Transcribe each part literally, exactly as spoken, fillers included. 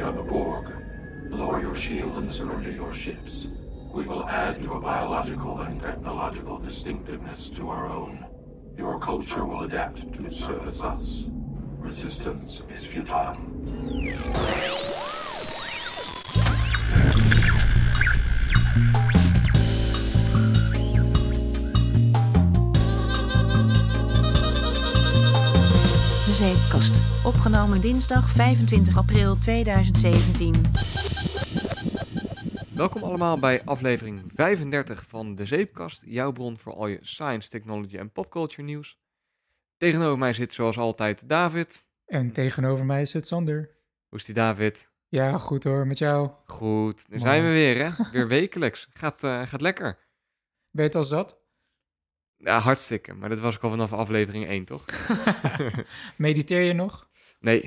are the Borg. Lower your shields and surrender your ships. We will add your biological and technological distinctiveness to our own. Your culture will adapt to service us. Resistance is futile. De Zeepkast. Opgenomen dinsdag vijfentwintig april tweeduizend zeventien. Welkom allemaal bij aflevering vijfendertig van De Zeepkast. Jouw bron voor al je science, technology en popculture nieuws. Tegenover mij zit zoals altijd David. En tegenover mij zit Sander. Hoe is die, David? Ja, goed hoor, met jou. Goed, daar Mooi. zijn we weer hè. Weer wekelijks. Gaat, uh, gaat lekker. Ben je het al zat? Ja, hartstikke. Maar dat was ik al vanaf aflevering één, toch? Mediteer je nog? Nee.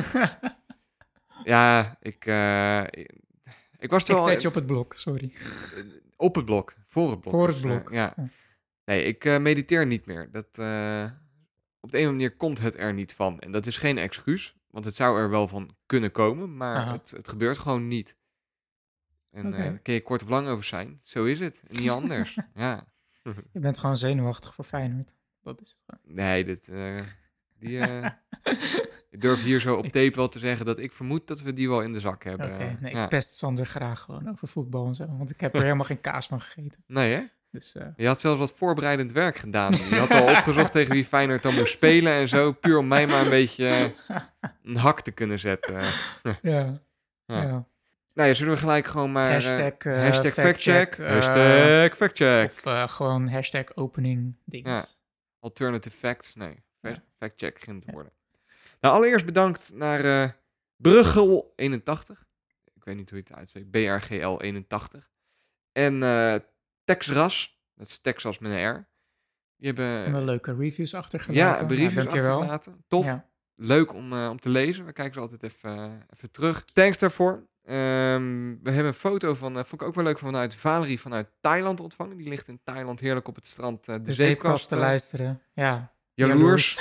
Ja, ik... Uh, ik, ik was Ik wel... zet je op het blok, sorry. Op het blok. Voor het blok. Voor het dus, blok. Uh, ja. Nee, ik uh, mediteer niet meer. Dat, uh, op de een of andere manier komt het er niet van. En dat is geen excuus. Want het zou er wel van kunnen komen. Maar het, het gebeurt gewoon niet. En okay. uh, daar kun je kort of lang over zijn. Zo is het. Niet anders. Ja. Je bent gewoon zenuwachtig voor Feyenoord. Dat is het gewoon. Nee, dit, uh, die, uh, ik durf hier zo op tape wel te zeggen dat ik vermoed dat we die wel in de zak hebben. Oké, okay, nee, ja. ik pest Sander graag gewoon over voetbal en zo. Want ik heb er helemaal geen kaas van gegeten. Nee, hè? Dus, uh... Je had zelfs wat voorbereidend werk gedaan. Je had al opgezocht tegen wie Feyenoord dan moest spelen en zo. Puur om mij maar een beetje uh, een hak te kunnen zetten. ja, ja. ja. Nou ja, zullen we gelijk gewoon maar... Hashtag, uh, hashtag factcheck. fact Hashtag factcheck. Of uh, gewoon hashtag opening dingen. Ja. Alternative facts. Nee, ja. Factcheck begint te worden. Ja. Nou, allereerst bedankt naar uh, Bruggel eenentachtig. Ik weet niet hoe je het uitspreekt. B R G L eenentachtig. En uh, Texras. Dat is Texas met een R. Die hebben... En wel leuke reviews achtergelaten. Ja, hebben reviews ja, achtergelaten. Tof. Ja. Leuk om, uh, om te lezen. We kijken ze altijd even, uh, even terug. Thanks daarvoor. Um, we hebben een foto van, uh, vond ik ook wel leuk, vanuit Valerie vanuit Thailand ontvangen. Die ligt in Thailand heerlijk op het strand uh, de, de zeepkast te luisteren. Ja. Jaloers.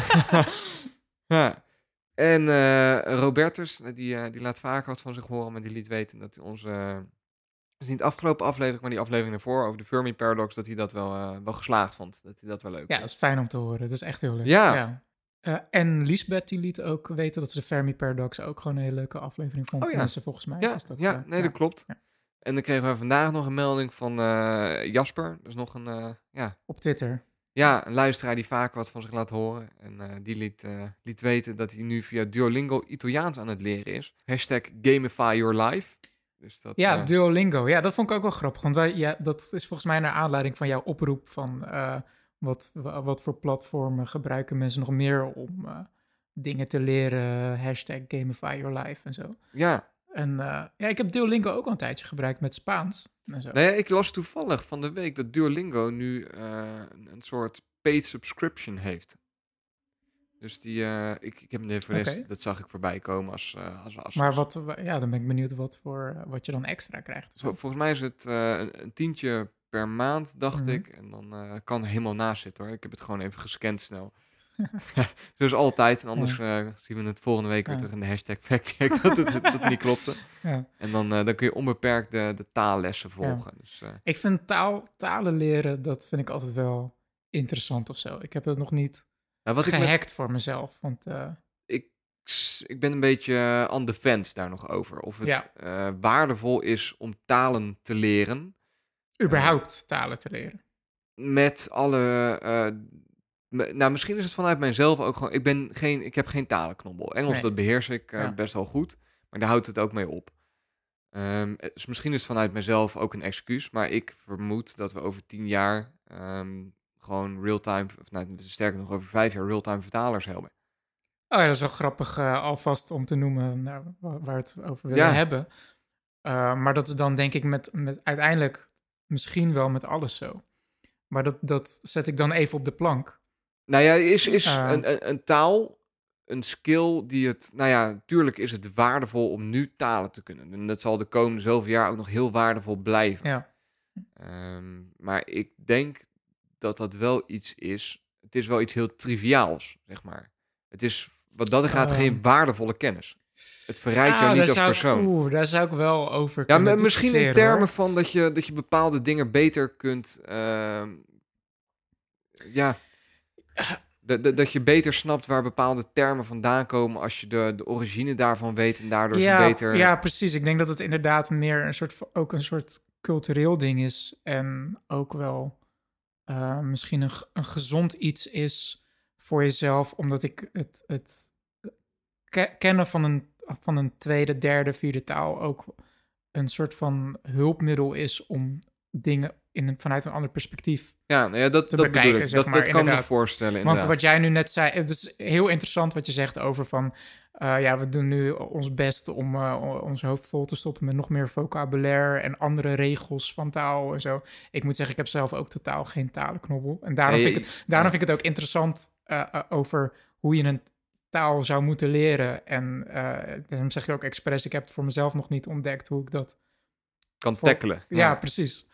Ja. En uh, Robertus, die, uh, die laat vaker wat van zich horen, maar die liet weten dat hij onze, uh, dus niet de afgelopen aflevering, maar die aflevering daarvoor over de Fermi Paradox, dat hij dat wel, uh, wel geslaagd vond. Dat hij dat wel leuk vond. Ja, dat is fijn om te horen. Dat is echt heel leuk. Ja. ja. Uh, en Liesbeth die liet ook weten dat ze de Fermi Paradox ook gewoon een hele leuke aflevering vond. Oh, ja. Mensen volgens mij. Ja, dus dat, ja uh, nee, ja. dat klopt. Ja. En dan kregen we vandaag nog een melding van uh, Jasper. Dat is nog een, uh, ja... Op Twitter. Ja, een luisteraar die vaak wat van zich laat horen. En uh, die liet, uh, liet weten dat hij nu via Duolingo Italiaans aan het leren is. Hashtag gamify your life. Dus dat, ja, uh... Duolingo. Ja, dat vond ik ook wel grappig. Want wij, ja, dat is volgens mij naar aanleiding van jouw oproep van... Uh, wat, wat voor platformen gebruiken mensen nog meer om uh, dingen te leren. Hashtag gamify your life en zo. Ja. En uh, ja, ik heb Duolingo ook al een tijdje gebruikt met Spaans en zo. Nee, ik las toevallig van de week dat Duolingo nu uh, een, een soort paid subscription heeft. Dus die, uh, ik, ik heb hem voor okay. Dat zag ik voorbij komen als... Uh, als, als maar wat, ja, dan ben ik benieuwd wat, voor, wat je dan extra krijgt. Zo, volgens mij is het uh, een, een tientje per maand, dacht mm-hmm. ik. En dan uh, kan helemaal naast zitten hoor. Ik heb het gewoon even gescand snel. Dus altijd. En anders ja. uh, zien we het volgende week ja. weer terug in de hashtag factcheck dat het dat niet klopte. Ja. En dan, uh, dan kun je onbeperkt de, de taallessen volgen. Ja. Dus, uh... Ik vind taal, talen leren, dat vind ik altijd wel interessant of zo. Ik heb het nog niet nou, wat gehackt ik me... voor mezelf. Want, uh... ik, ik ben een beetje on the fence daar nog over. Of het ja. uh, waardevol is om talen te leren. Überhaupt uh, talen te leren. Met alle... Uh, Nou, misschien is het vanuit mijzelf ook gewoon... Ik, ben geen, ik heb geen talenknobbel. Engels, nee. Dat beheers ik uh, ja. best wel goed. Maar daar houdt het ook mee op. Um, dus misschien is het vanuit mijzelf ook een excuus. Maar ik vermoed dat we over tien jaar... Um, gewoon real-time... Of nou, sterker nog, over vijf jaar real-time vertalers hebben. Oh ja, dat is wel grappig uh, alvast om te noemen... Nou, waar we het over willen ja. hebben. Uh, maar dat is dan denk ik met, met uiteindelijk... Misschien wel met alles zo. Maar dat, dat zet ik dan even op de plank... Nou ja, is, is uh, een, een, een taal een skill die het... Nou ja, natuurlijk is het waardevol om nu talen te kunnen. En dat zal de komende zoveel jaar ook nog heel waardevol blijven. Ja. Um, maar ik denk dat dat wel iets is... Het is wel iets heel triviaals, zeg maar. Het is, wat dat er gaat, uh, geen waardevolle kennis. Het verrijkt Ah, jou niet daar als zou persoon. Ik, oeh, daar zou ik wel over Ja, kunnen maar misschien in discussiëren, termen hoor. van dat je, dat je bepaalde dingen beter kunt... Uh, ja, de, de, dat je beter snapt waar bepaalde termen vandaan komen... als je de, de origine daarvan weet en daardoor ja, ze beter... Ja, precies. Ik denk dat het inderdaad meer een soort, ook een soort cultureel ding is. En ook wel uh, misschien een, een gezond iets is voor jezelf. Omdat ik het, het ke- kennen van een, van een tweede, derde, vierde taal ook een soort van hulpmiddel is om dingen in een, vanuit een ander perspectief Ja, nou ja dat, te dat bekijken, bedoel ik. zeg Dat, maar, dat kan me inderdaad. voorstellen, Want inderdaad. wat jij nu net zei, het is heel interessant wat je zegt over van... Uh, ja, we doen nu ons best om uh, ons hoofd vol te stoppen met nog meer vocabulaire en andere regels van taal en zo. Ik moet zeggen, ik heb zelf ook totaal geen talenknobbel. En daarom, Nee, vind, ik het, daarom ja. vind ik het ook interessant uh, uh, over hoe je een taal zou moeten leren. En uh, dan zeg je ook expres, ik heb het voor mezelf nog niet ontdekt hoe ik dat... Kan voor... tackelen. Ja, Ja, precies.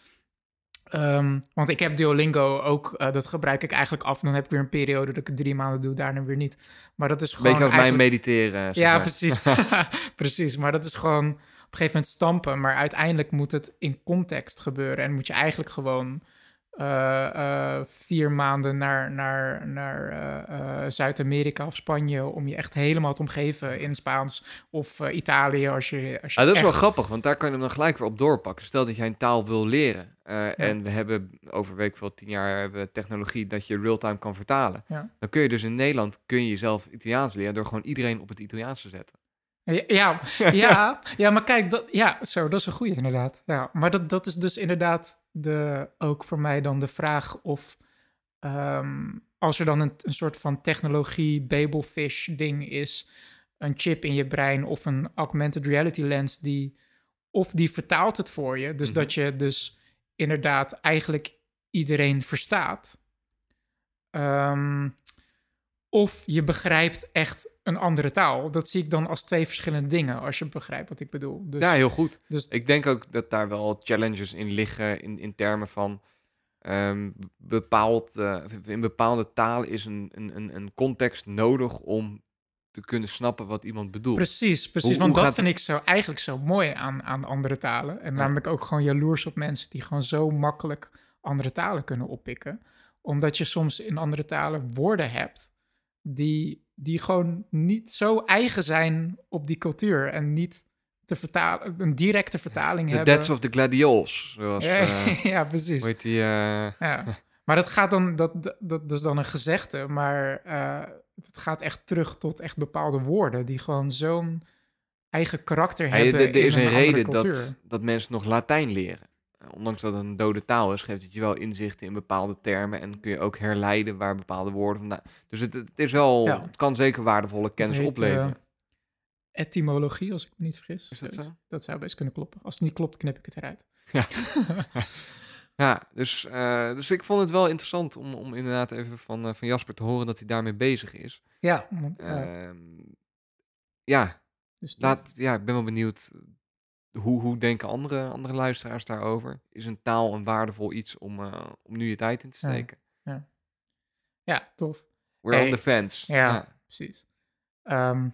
Um, want ik heb Duolingo ook, uh, dat gebruik ik eigenlijk af. Dan heb ik weer een periode dat ik het drie maanden doe, daarna weer niet. Maar dat is gewoon beetje als eigenlijk... mijn mediteren. Zeg ja, maar. precies. precies. Maar dat is gewoon op een gegeven moment stampen. Maar uiteindelijk moet het in context gebeuren. En moet je eigenlijk gewoon uh, uh, vier maanden naar, naar, naar uh, uh, Zuid-Amerika of Spanje... om je echt helemaal te omgeven in Spaans of uh, Italië. Als je, als je Ah, dat is echt... wel grappig, want daar kan je hem dan gelijk weer op doorpakken. Stel dat jij een taal wil leren. Uh, ja. En we hebben over weet ik veel, tien jaar hebben we technologie dat je real-time kan vertalen. Ja. Dan kun je dus in Nederland kun je jezelf Italiaans leren door gewoon iedereen op het Italiaans te zetten. Ja, ja, ja, ja, maar kijk, dat, ja, zo, dat is een goeie inderdaad. Ja, maar dat, dat is dus inderdaad de, ook voor mij dan de vraag of um, als er dan een, een soort van technologie Babelfish ding is, een chip in je brein of een augmented reality lens die, of die vertaalt het voor je. Dus mm-hmm. dat je dus inderdaad eigenlijk iedereen verstaat. Um, Of je begrijpt echt een andere taal. Dat zie ik dan als twee verschillende dingen, als je begrijpt wat ik bedoel. Dus, ja, heel goed. Dus, ik denk ook dat daar wel challenges in liggen in, in termen van... Um, bepaald, uh, in bepaalde talen is een, een, een context nodig om te kunnen snappen wat iemand bedoelt. Precies, precies. Hoe, want hoe dat vind het... ik zo, eigenlijk zo mooi aan, aan andere talen. En ja. daarom ben ik ook gewoon jaloers op mensen die gewoon zo makkelijk andere talen kunnen oppikken. Omdat je soms in andere talen woorden hebt die, die gewoon niet zo eigen zijn op die cultuur en niet te vertalen, een directe vertaling the hebben. The Deaths of the Gladiolus. Zoals, ja, uh, ja, precies. Hoe heet die? Uh... Ja. Maar dat gaat dan, dat, dat, dat is dan een gezegde, maar uh, het gaat echt terug tot echt bepaalde woorden die gewoon zo'n eigen karakter ja, hebben. Er is in een, een reden cultuur. dat, dat mensen nog Latijn leren. Ondanks dat het een dode taal is, geeft het je wel inzichten in bepaalde termen en kun je ook herleiden waar bepaalde woorden vandaan. Dus het, het is wel, ja. het kan zeker waardevolle kennis heet, opleveren. Uh, etymologie, als ik me niet vergis. Is dat zo? Dat zou best kunnen kloppen. Als het niet klopt, knip ik het eruit. Ja, ja dus, uh, dus ik vond het wel interessant om, om inderdaad even van, uh, van Jasper te horen dat hij daarmee bezig is. Ja. Uh, ja. Dus Laat, ja, ik ben wel benieuwd. Hoe, hoe denken andere, andere luisteraars daarover? Is een taal een waardevol iets om, uh, om nu je tijd in te steken? Ja, ja. ja tof. We're hey. on the fence. Ja, ja. precies. Um,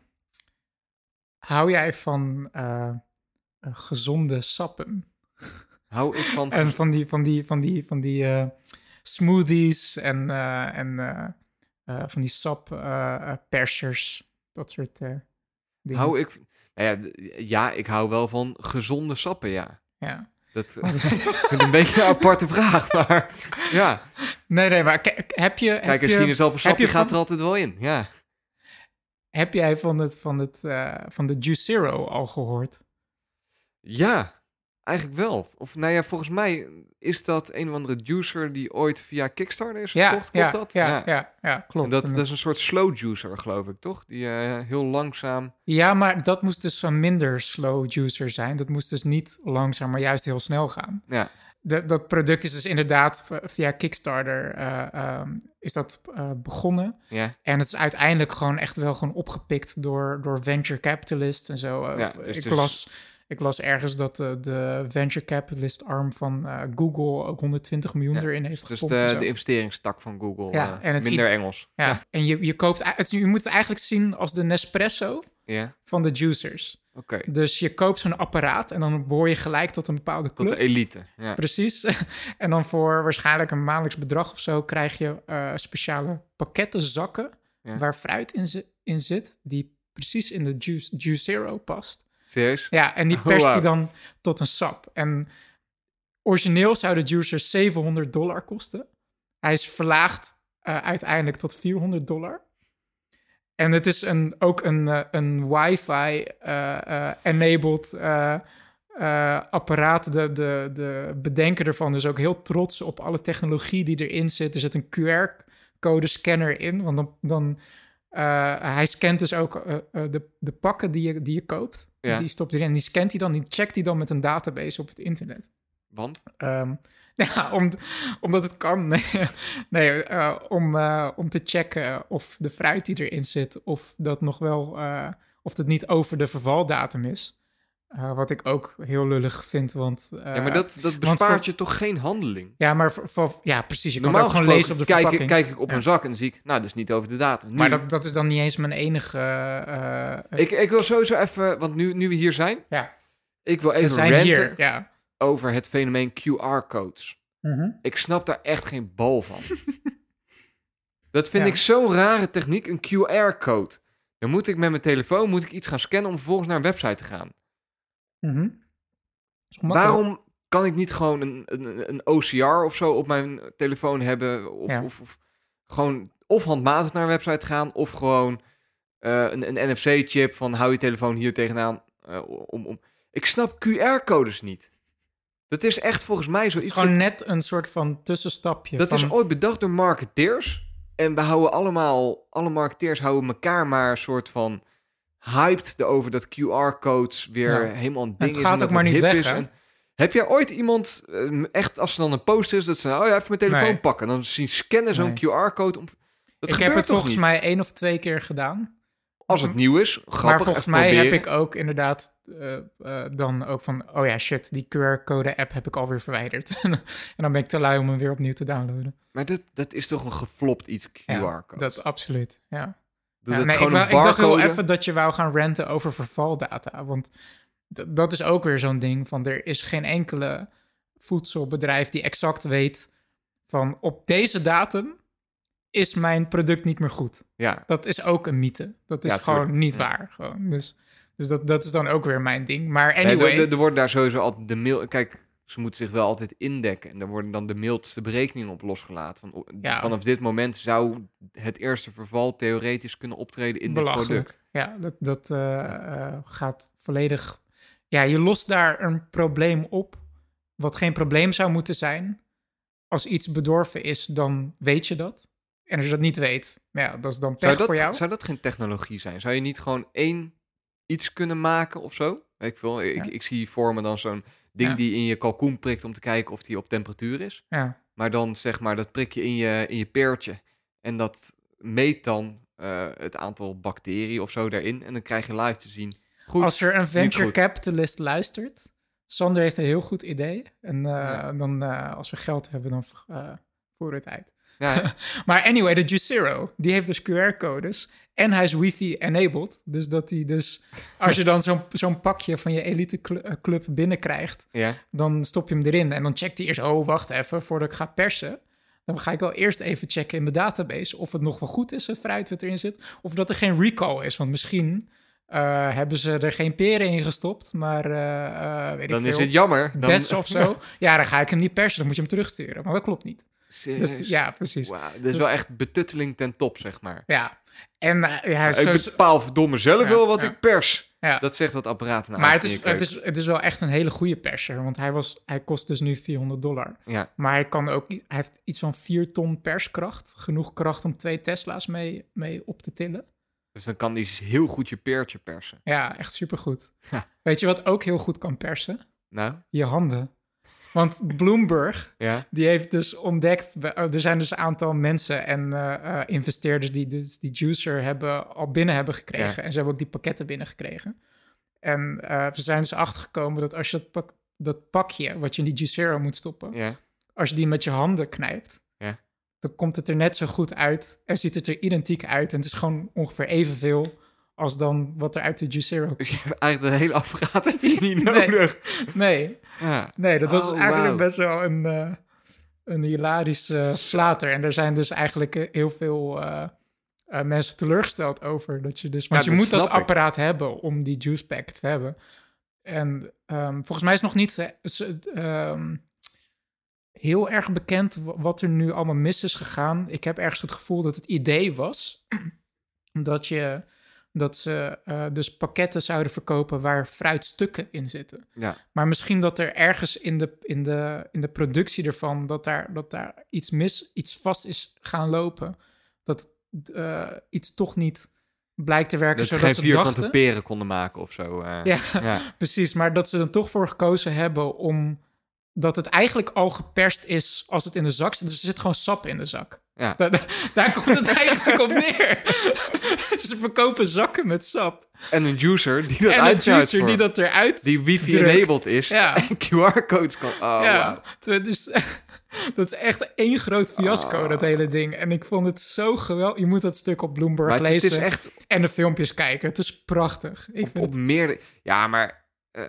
hou jij van uh, uh, gezonde sappen? Hou ik van... en van die, van die, van die, van die uh, smoothies en, uh, en uh, uh, van die sappersers, uh, dat soort uh, dingen. Hou ik... Nou ja, ja, ik hou wel van gezonde sappen, ja. Ja. Dat vind ik een beetje een aparte vraag, maar ja. Nee, nee, maar k- heb je... Kijk, een sinaasappelsapje gaat er altijd wel in, ja. Heb jij van, het, van, het, uh, van de Juicero al gehoord? Ja, eigenlijk wel. Of nou ja, volgens mij is dat een of andere juicer die ooit via Kickstarter is ja, verkocht, klopt ja, dat? Ja, ja, ja, ja klopt. En dat, dat is een soort slow juicer, geloof ik, toch? Die uh, heel langzaam... Ja, maar dat moest dus een minder slow juicer zijn. Dat moest dus niet langzaam, maar juist heel snel gaan. Ja. De, dat product is dus inderdaad via Kickstarter uh, um, is dat uh, begonnen. Ja. En het is uiteindelijk gewoon echt wel gewoon opgepikt door, door venture capitalists en zo. Uh, ja, dus ik dus... las... Ik las ergens dat de, de venture capitalist arm van uh, Google ook honderdtwintig miljoen ja, erin heeft dus gepompt. Dus de, de investeringstak van Google, ja, uh, en het minder i- Engels. Ja, ja. en je, je koopt... Het, je moet het eigenlijk zien als de Nespresso ja. van de juicers. Okay. Dus je koopt zo'n apparaat en dan behoor je gelijk tot een bepaalde club. Tot de elite, ja. Precies. En dan voor waarschijnlijk een maandelijks bedrag of zo krijg je uh, speciale pakketten, zakken, ja. waar fruit in, zi- in zit, die precies in de Juice, Juicero past. Serieus? Ja, en die perst oh, wow. die dan tot een sap. En origineel zou de juicer zevenhonderd dollar kosten. Hij is verlaagd uh, uiteindelijk tot vierhonderd dollar. En het is een, ook een, uh, een wifi-enabled uh, uh, uh, apparaat. De, de, de bedenker ervan is ook heel trots op alle technologie die erin zit. Er zit een Q R-code scanner in. Want dan, dan uh, hij scant dus ook uh, uh, de, de pakken die je, die je koopt. Ja. Die stopt erin en die scant hij dan, die checkt hij dan met een database op het internet. Want? Um, ja, om, omdat het kan. Nee, nee uh, om, uh, om te checken of de fruit die erin zit, of dat nog wel, uh, of het niet over de vervaldatum is. Uh, wat ik ook heel lullig vind, want... Uh, ja, maar dat, dat bespaart voor, je toch geen handeling? Ja, maar voor, voor, ja, precies. Je Normaal kan het gewoon lezen op de kijk, verpakking. Kijk ik op ja. een zak en dan zie ik, nou, dat is niet over de datum. Nu, maar dat, dat is dan niet eens mijn enige... Uh, ik, ik wil sowieso even, want nu, nu we hier zijn... Ja. Ik wil even we zijn ranten hier, ja. over het fenomeen Q R-codes. Mm-hmm. Ik snap daar echt geen bal van. Dat vind ja. ik zo'n rare techniek, een Q R-code. Dan moet ik met mijn telefoon moet ik iets gaan scannen om vervolgens naar een website te gaan. Mm-hmm. Waarom kan ik niet gewoon een, een, een O C R of zo op mijn telefoon hebben? Of, ja. of, of gewoon of handmatig naar een website gaan, of gewoon uh, een, een N F C-chip van hou je telefoon hier tegenaan. Uh, om, om. Ik snap Q R-codes niet. Dat is echt volgens mij zoiets... Het is gewoon dat, net een soort van tussenstapje. Dat van... is ooit bedacht door marketeers. En we houden allemaal... Alle marketeers houden elkaar maar een soort van... hyped over dat Q R-codes weer ja. helemaal een ding het is. Het gaat ook maar niet weg, hè? En heb jij ooit iemand... Uh, echt, als er dan een post is... dat ze... oh ja, even mijn telefoon nee. pakken. Dan zien scannen zo'n nee. Q R-code. Om, dat ik heb het volgens niet. mij één of twee keer gedaan. Als het nieuw is, grappig. Maar volgens mij proberen. heb ik ook inderdaad uh, uh, dan ook van... oh ja, shit, die Q R-code-app heb ik alweer verwijderd. En dan ben ik te lui om hem weer opnieuw te downloaden. Maar dat, dat is toch een geflopt iets, Q R-code? Ja, dat absoluut, ja. Dat ja het nee, gewoon ik, een ik dacht heel barcode... even dat je wou gaan ranten over vervaldata. Want d- dat is ook weer zo'n ding van... er is geen enkele voedselbedrijf die exact weet... van op deze datum... is mijn product niet meer goed. Ja. Dat is ook een mythe. Dat is ja, gewoon tuurlijk. niet ja. waar. Gewoon. Dus, dus dat, dat is dan ook weer mijn ding. Maar anyway... Nee, er, er worden daar sowieso altijd de mail... Kijk, ze moeten zich wel altijd indekken. En daar worden dan de mildste berekeningen op losgelaten. Van, ja. Vanaf dit moment zou het eerste verval theoretisch kunnen optreden in dit product. Ja, dat, dat uh, uh, gaat volledig... Ja, je lost daar een probleem op... wat geen probleem zou moeten zijn. Als iets bedorven is, dan weet je dat. En als je dat niet weet, ja, dat is dan pech zou dat, voor jou. Zou dat geen technologie zijn? Zou je niet gewoon één iets kunnen maken of zo? Weet ik veel. Ik, ja. ik zie voor me dan zo'n ding ja. die in je kalkoen prikt om te kijken of die op temperatuur is. Ja. Maar dan zeg maar, dat prik je in je, in je peertje. En dat meet dan uh, het aantal bacteriën of zo daarin. En dan krijg je live te zien. Goed, als er een venture capitalist luistert... Sander heeft een heel goed idee. En uh, ja. dan, uh, als we geld hebben, dan uh, voeren we het uit. Ja. Maar anyway, de Juicero, die heeft dus Q R-codes. En hij is wifi-enabled. Dus dat hij dus... Als je dan zo'n, zo'n pakje van je elite club binnenkrijgt... Ja. dan stop je hem erin. En dan checkt hij eerst... oh, wacht even, voordat ik ga persen... dan ga ik wel eerst even checken in mijn database... of het nog wel goed is, het fruit wat erin zit... of dat er geen recall is. Want misschien... Uh, hebben ze er geen peren in gestopt, maar uh, uh, weet dan ik veel. is het jammer. Dan... Bessen of zo. Ja, dan ga ik hem niet persen, dan moet je hem terugsturen. Maar dat klopt niet. Serieus? Dus, ja, precies. Wow, dit is dus... wel echt betutteling ten top, zeg maar. Ja. En, uh, ja, zo... Ik bepaal verdomme zelf ja, wel wat ja. ik pers. Ja. Dat zegt dat apparaat. Maar het is, het, is, het is wel echt een hele goede perser. Want hij, was, hij kost dus nu vierhonderd dollar. Ja. Maar hij, kan ook, hij heeft iets van vier ton perskracht. Genoeg kracht om twee Tesla's mee, mee op te tillen. Dus dan kan hij heel goed je peertje persen. Ja, echt supergoed. Ja. Weet je wat ook heel goed kan persen? Nou? Je handen. Want Bloomberg, ja? die heeft dus ontdekt... Er zijn dus een aantal mensen en uh, uh, investeerders... die dus die juicer hebben, al binnen hebben gekregen. Ja. En ze hebben ook die pakketten binnengekregen. En uh, ze zijn dus achtergekomen dat als je dat, pak, dat pakje... wat je in die Juicero moet stoppen... Ja. als je die met je handen knijpt... Ja. dan komt het er net zo goed uit... en ziet het er identiek uit. En het is gewoon ongeveer evenveel... als dan wat er uit de Juicero... Dus je hebt eigenlijk de hele apparaat heb je niet nodig. Nee, nee. Ja. nee dat was Oh, eigenlijk wow. best wel een, uh, een hilarische flater. En er zijn dus eigenlijk uh, heel veel uh, uh, mensen teleurgesteld over. Dat je dus, want ja, je dat moet dat snap ik. apparaat hebben om die juice pack te hebben. En um, volgens mij is nog niet uh, um, heel erg bekend wat er nu allemaal mis is gegaan. Ik heb ergens het gevoel dat het idee was dat je... dat ze uh, dus pakketten zouden verkopen waar fruitstukken in zitten. Ja. Maar misschien dat er ergens in de, in de, in de productie ervan... dat daar, dat daar iets mis, iets vast is gaan lopen. Dat uh, iets toch niet blijkt te werken dat zodat ze geen ze vierkante dachten... peren konden maken of zo. Uh, ja, ja, precies. Maar dat ze er toch voor gekozen hebben om... dat het eigenlijk al geperst is als het in de zak zit. Dus er zit gewoon sap in de zak. Ja. Daar, daar komt het eigenlijk op neer. Ze verkopen zakken met sap. En een juicer die dat En een uitzuigt juicer voor- die dat eruit die wifi-enabled is. Ja. En Q R-codes kan... Oh, ja, wow. dus, dat is echt één groot fiasco, Oh. dat hele ding. En ik vond het zo geweldig. Je moet dat stuk op Bloomberg Maar het, het lezen is echt en de filmpjes kijken. Het is prachtig. Ik op, vind op het... meerdere... Ja, maar... Uh,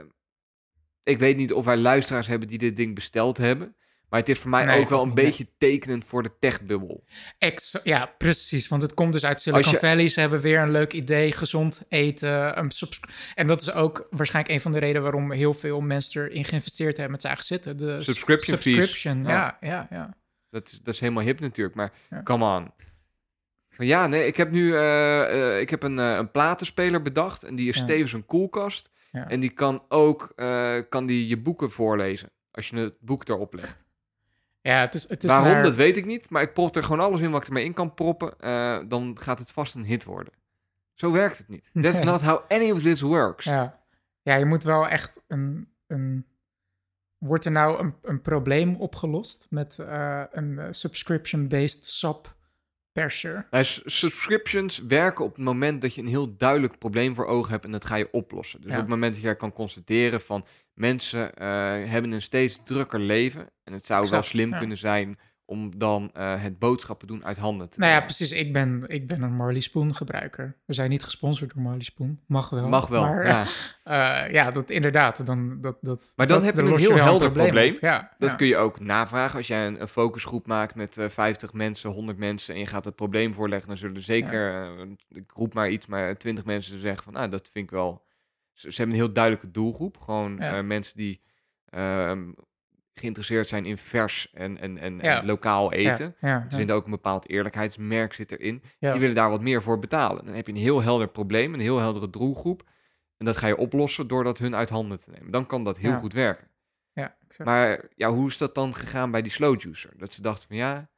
ik weet niet of wij luisteraars hebben die dit ding besteld hebben. Maar het is voor mij Nee, ook wel vast een niet, beetje tekenend voor de techbubbel. Ex- ja, precies. Want het komt dus uit Silicon Als je- Valley. Ze hebben weer een leuk idee, gezond eten. Een subs- en dat is ook waarschijnlijk een van de redenen waarom heel veel mensen erin geïnvesteerd hebben met zagen zitten. De Subscription fees. subscription, Ja. ja, ja, ja. Dat is, dat is helemaal hip natuurlijk, maar Ja. come on. Maar ja, nee, ik heb nu uh, uh, ik heb een, uh, een platenspeler bedacht. En die is Ja. tevens een koelkast. Ja. En die kan ook uh, kan die je boeken voorlezen. Als je het boek erop legt. Ja, het is, het is Waarom, naar... dat weet ik niet. Maar ik prop er gewoon alles in wat ik ermee in kan proppen. Uh, dan gaat het vast een hit worden. Zo werkt het niet. That's Nee. not how any of this works. Ja. ja, je moet wel echt een... een... Wordt er nou een, een probleem opgelost met uh, een uh, subscription-based sub perser? Nou, s- subscriptions werken op het moment dat je een heel duidelijk probleem voor ogen hebt en dat ga je oplossen. Dus Ja. op het moment dat jij kan constateren van mensen uh, hebben een steeds drukker leven en het zou wel Exact, slim ja. kunnen zijn om dan uh, het boodschappen doen uit handen te Nou ja, nemen. precies. Ik ben, ik ben een Marley Spoon gebruiker. We zijn niet gesponsord door Marley Spoon. Mag wel. Mag wel, maar, ja. Uh, ja, dat inderdaad. Dan, dat, dat, Maar dan dat, heb je daar een los heel wel helder probleem. op. Ja, Dat ja. kun je ook navragen als jij een, een focusgroep maakt met uh, vijftig mensen, honderd mensen en je gaat het probleem voorleggen. Dan zullen er zeker, uh, ik roep maar iets, maar twintig mensen zeggen van, nou, dat vind ik wel... Ze, ze hebben een heel duidelijke doelgroep. Gewoon Ja. uh, mensen die uh, geïnteresseerd zijn in vers en, en, en, Ja. en lokaal eten. Ja, ja, Ze ja. vinden ook een bepaald eerlijkheidsmerk zit erin. Ja. Die willen daar wat meer voor betalen. Dan heb je een heel helder probleem, een heel heldere doelgroep. En dat ga je oplossen door dat hun uit handen te nemen. Dan kan dat heel Ja. goed werken. Ja, exact. Maar ja, hoe is dat dan gegaan bij die slow juicer? Dat ze dachten van ja,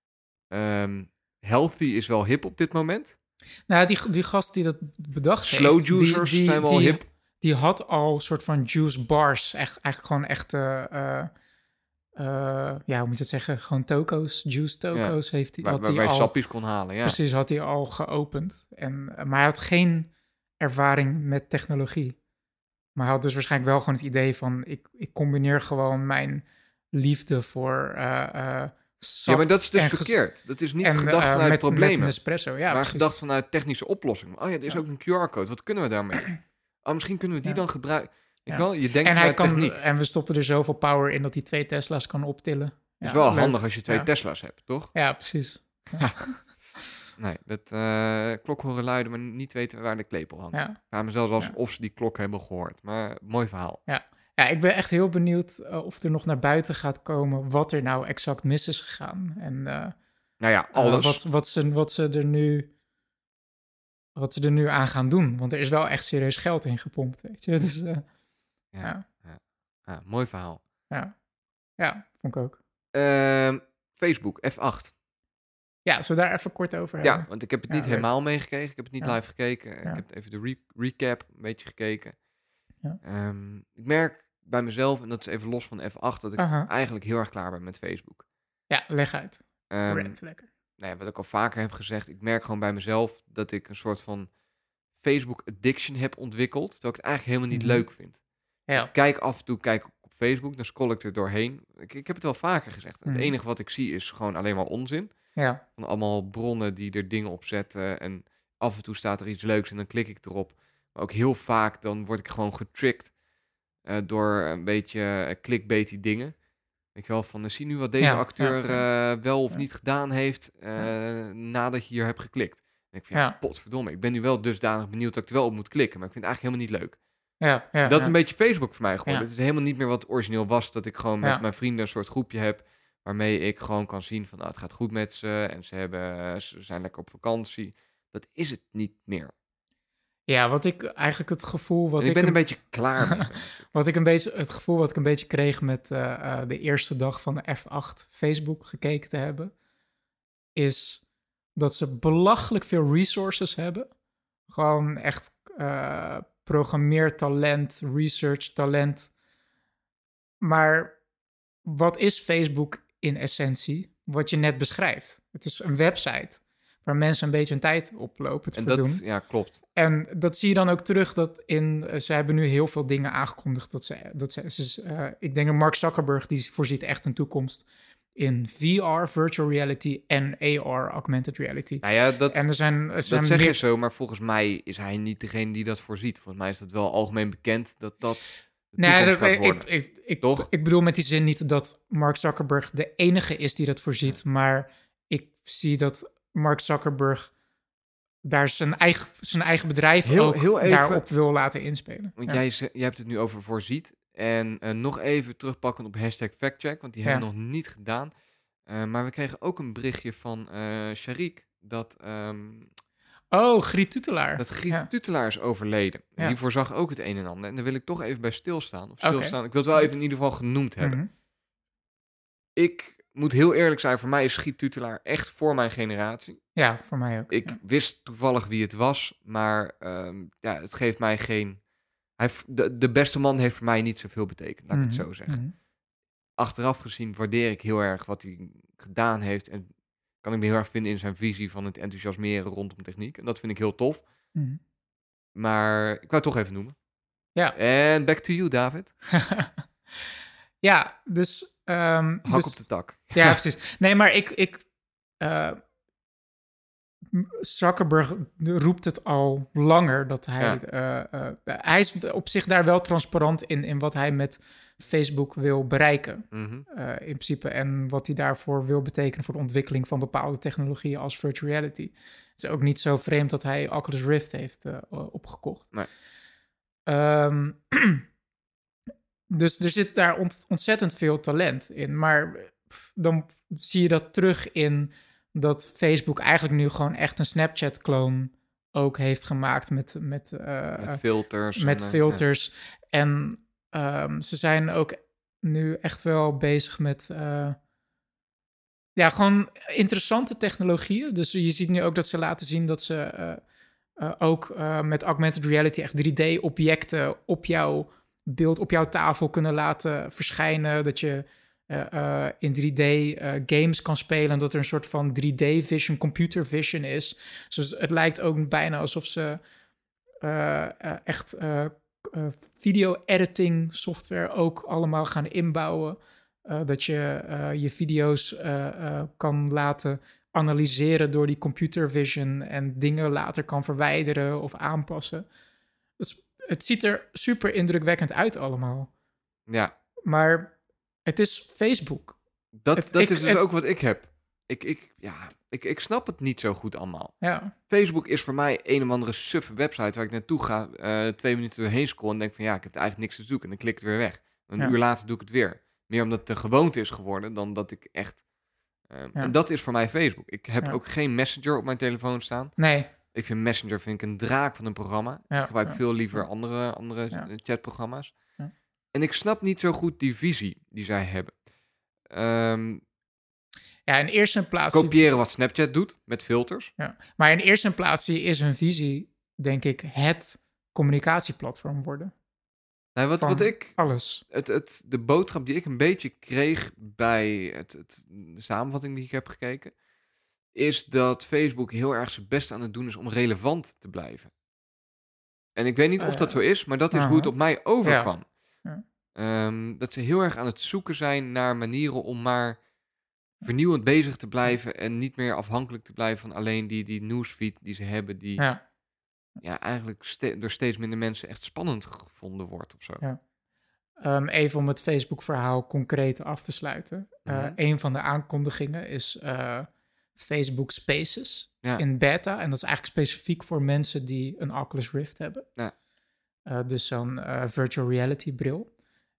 um, healthy is wel hip op dit moment. Nou, die, die gast die dat bedacht Slow heeft... die- juicers die, zijn wel die, hip. Die had al een soort van juice bars. Echt, eigenlijk gewoon echte... Uh, uh, ja, hoe moet je het zeggen? Gewoon toko's, juice toko's heeft hij. Waar, had waar, hij waar je al, sappies kon halen, ja. Precies, had hij al geopend. En, uh, maar hij had geen ervaring met technologie. Maar hij had dus waarschijnlijk wel gewoon het idee van... ik, ik combineer gewoon mijn liefde voor uh, uh, sap Ja, maar dat is dus en ges- verkeerd. Dat is niet en, gedacht uh, vanuit met, problemen. Met Nespresso, ja, maar precies. gedacht vanuit technische oplossingen. Oh ja, er is Ja. ook een Q R-code. Wat kunnen we daarmee? Oh, misschien kunnen we die Ja. dan gebruiken. Weet Ja. je wel? Je denkt En, hij vanuit kan, techniek. en we stoppen er zoveel power in dat hij twee Tesla's kan optillen. Het Ja, is wel leuk. handig als je twee Ja. Tesla's hebt, toch? Ja, precies. Nee, dat uh, klok horen luiden, maar niet weten waar de klepel hangt. Ja. Ik vraag me zelfs Ja. of ze die klok hebben gehoord. Maar mooi verhaal. Ja, ik ben echt heel benieuwd uh, of er nog naar buiten gaat komen wat er nou exact mis is gegaan. En uh, Nou ja, alles. uh, wat, wat, ze, wat, ze er nu, wat ze er nu aan gaan doen. Want er is wel echt serieus geld in gepompt, weet je. Dus, uh, ja, ja. ja. Ja, mooi verhaal. ja. ja, vond ik ook. Uh, Facebook, F acht. Ja, zullen we daar even kort over Ja, hebben? want ik heb het Ja, niet leuk. helemaal meegekregen. Ik heb het niet Ja. live gekeken. Ja. Ik heb even de re- recap een beetje gekeken. Ja. Um, ik merk bij mezelf, en dat is even los van F acht, dat ik Aha. eigenlijk heel erg klaar ben met Facebook. Ja, leg uit. Um, Rant, lekker. nou ja, wat ik al vaker heb gezegd, ik merk gewoon bij mezelf dat ik een soort van Facebook addiction heb ontwikkeld, terwijl ik het eigenlijk helemaal niet Mhm. leuk vind. Ja. Ik kijk af en toe kijk op op Facebook, dan scroll ik er doorheen. Ik, ik heb het wel vaker gezegd. Mhm. Het enige wat ik zie is gewoon alleen maar onzin. Ja. Van allemaal bronnen die er dingen op zetten. En af en toe staat er iets leuks en dan klik ik erop. Maar ook heel vaak dan word ik gewoon getriggerd uh, door een beetje uh, clickbaity dingen. Weet je wel, van uh, zie nu wat deze Ja, acteur ja, ja. Uh, wel of Ja. niet gedaan heeft uh, Ja. nadat je hier hebt geklikt. En ik vind, ja, Ja. potverdomme, ik ben nu wel dusdanig benieuwd dat ik er wel op moet klikken. Maar ik vind het eigenlijk helemaal niet leuk. Ja, ja, Dat is ja. een beetje Facebook voor mij geworden. Ja. Het is helemaal niet meer wat origineel was. Dat ik gewoon met Ja. mijn vrienden een soort groepje heb. Waarmee ik gewoon kan zien van nou, het gaat goed met ze. En ze, hebben, ze zijn lekker op vakantie. Dat is het niet meer. Ja, wat ik eigenlijk het gevoel... Wat En ik ik ben er een een beetje klaar mee. Wat ik een beetje, het gevoel wat ik een beetje kreeg met uh, uh, de eerste dag van de F acht Facebook gekeken te hebben, is dat ze belachelijk veel resources hebben. Gewoon echt uh, programmeertalent, research talent. Maar wat is Facebook in essentie? Wat je net beschrijft. Het is een website waar mensen een beetje een tijd oplopen te En verdoen. dat, ja, klopt. En dat zie je dan ook terug dat in... Uh, ze hebben nu heel veel dingen aangekondigd. Dat ze, dat ze, ze uh, ik denk dat Mark Zuckerberg, die voorziet echt een toekomst in V R, virtual reality en A R, augmented reality. Nou ja, dat, en er zijn, er zijn dat zeg meer... je zo, maar volgens mij is hij niet degene die dat voorziet. Volgens mij is dat wel algemeen bekend dat dat de Nee, toekomst dat, gaat worden. ik, ik, ik, Toch? ik bedoel met die zin niet dat Mark Zuckerberg de enige is die dat voorziet, ja. Maar ik zie dat Mark Zuckerberg daar zijn eigen, zijn eigen bedrijf heel, ook heel even, daarop wil laten inspelen. Want ja. jij, jij hebt het nu over voorziet. En uh, nog even terugpakken op hashtag factcheck, want die ja. hebben we nog niet gedaan. Uh, maar we kregen ook een berichtje van uh, Sharik dat... Um, oh, Griet Tutelaar. Dat Griet ja. Tutelaar is overleden. En ja. die voorzag ook het een en ander. En daar wil ik toch even bij stilstaan. Of stilstaan. Okay. Ik wil het wel even in ieder geval genoemd hebben. Mm-hmm. Ik moet heel eerlijk zijn, voor mij is Griet Tutelaar echt voor mijn generatie. Ja, voor mij ook. Ik ja. wist toevallig wie het was, maar um, ja, het geeft mij geen... Hij, de, de beste man heeft voor mij niet zoveel betekend, laat ik Mm-hmm. het zo zeggen. Mm-hmm. Achteraf gezien waardeer ik heel erg wat hij gedaan heeft en kan ik me heel erg vinden in zijn visie van het enthousiasmeren rondom techniek. En dat vind ik heel tof. Mm-hmm. Maar ik wou het toch even noemen. Ja. En back to you, David. ja, dus... Um, Hak dus, op de tak. Ja, precies. Nee, maar ik... ik uh, Zuckerberg roept het al langer dat hij... Ja. Uh, uh, hij is op zich daar wel transparant in, in wat hij met Facebook wil bereiken. Mm-hmm. Uh, in principe. En wat hij daarvoor wil betekenen voor de ontwikkeling van bepaalde technologieën als virtual reality. Het is ook niet zo vreemd dat hij Oculus Rift heeft uh, opgekocht. Nee. Um, dus er zit daar ont- ontzettend veel talent in. Maar pff, dan zie je dat terug in dat Facebook eigenlijk nu gewoon echt een Snapchat-kloon ook heeft gemaakt met... Met, uh, met filters. Met en, filters. Ja. En um, ze zijn ook nu echt wel bezig met... Uh, ja, gewoon interessante technologieën. Dus je ziet nu ook dat ze laten zien dat ze uh, uh, ook uh, met augmented reality echt drie D-objecten op jouw beeld, op jouw tafel kunnen laten verschijnen. Dat je uh, uh, in drie D uh, games kan spelen. Dat er een soort van drie D-vision, computer vision is. Dus het lijkt ook bijna alsof ze uh, uh, echt uh, uh, video-editing software ook allemaal gaan inbouwen. Uh, dat je uh, je video's uh, uh, kan laten analyseren door die computer vision en dingen later kan verwijderen of aanpassen. Dus het ziet er super indrukwekkend uit allemaal. Ja. Maar het is Facebook. Dat, het, dat ik, is dus het, ook wat ik heb. Ik, ik, ja, ik, ik snap het niet zo goed allemaal. Ja. Facebook is voor mij een of andere suffe website waar ik naartoe ga, uh, twee minuten doorheen scrollen en denk van ja, ik heb eigenlijk niks te zoeken. En dan klik ik het weer weg. Een ja. uur later doe ik het weer. Meer omdat het een gewoonte is geworden dan dat ik echt... Uh, ja. En dat is voor mij Facebook. Ik heb ja. ook geen Messenger op mijn telefoon staan. Nee. Ik vind Messenger vind ik een draak van een programma. Ja. Ik gebruik ja. veel liever andere, andere ja. chatprogramma's. Ja. En ik snap niet zo goed die visie die zij hebben. Um, ja, in eerste plaats... Kopiëren wat Snapchat doet met filters. Ja. Maar in eerste plaats is hun visie, denk ik, het communicatieplatform worden. Nou, wat, wat ik... Alles. Het, het, de boodschap die ik een beetje kreeg bij het, het, de samenvatting die ik heb gekeken, is dat Facebook heel erg zijn best aan het doen is om relevant te blijven. En ik weet niet of uh, dat zo is, maar dat is uh-huh. hoe het op mij overkwam. Ja. Ja. Um, dat ze heel erg aan het zoeken zijn naar manieren om maar vernieuwend bezig te blijven en niet meer afhankelijk te blijven van alleen die, die newsfeed die ze hebben, die Ja. ja, eigenlijk ste- door steeds minder mensen echt spannend gevonden wordt of zo. Ja. Um, even om het Facebook-verhaal concreet af te sluiten. Uh, Mhm. Een van de aankondigingen is uh, Facebook Spaces Ja. in beta. En dat is eigenlijk specifiek voor mensen die een Oculus Rift hebben. Ja. Uh, dus zo'n uh, virtual reality bril.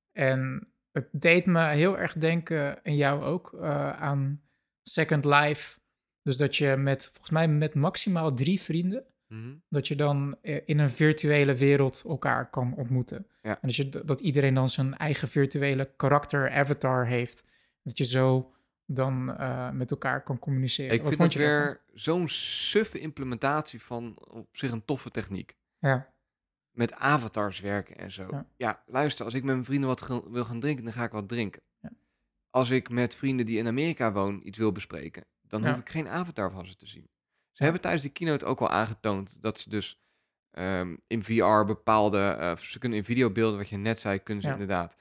En het deed me heel erg denken, en jou ook, uh, aan Second Life. Dus dat je met, volgens mij met maximaal drie vrienden, Mhm. dat je dan in een virtuele wereld elkaar kan ontmoeten. Ja. En dat, je, dat iedereen dan zijn eigen virtuele karakter, avatar heeft. Dat je zo dan uh, met elkaar kan communiceren. Ik Wat vind vond het je weer daarvan? zo'n suffe implementatie van op zich een toffe techniek. Ja, Met avatars werken en zo. Ja. Ja, luister, als ik met mijn vrienden wat ge- wil gaan drinken, dan ga ik wat drinken. Ja. Als ik met vrienden die in Amerika wonen iets wil bespreken, dan Ja. hoef ik geen avatar van ze te zien. Ze Ja. hebben tijdens die keynote ook al aangetoond dat ze dus ehm, in V R bepaalde, uh, ze kunnen in videobeelden, wat je net zei, kunnen ze Ja. inderdaad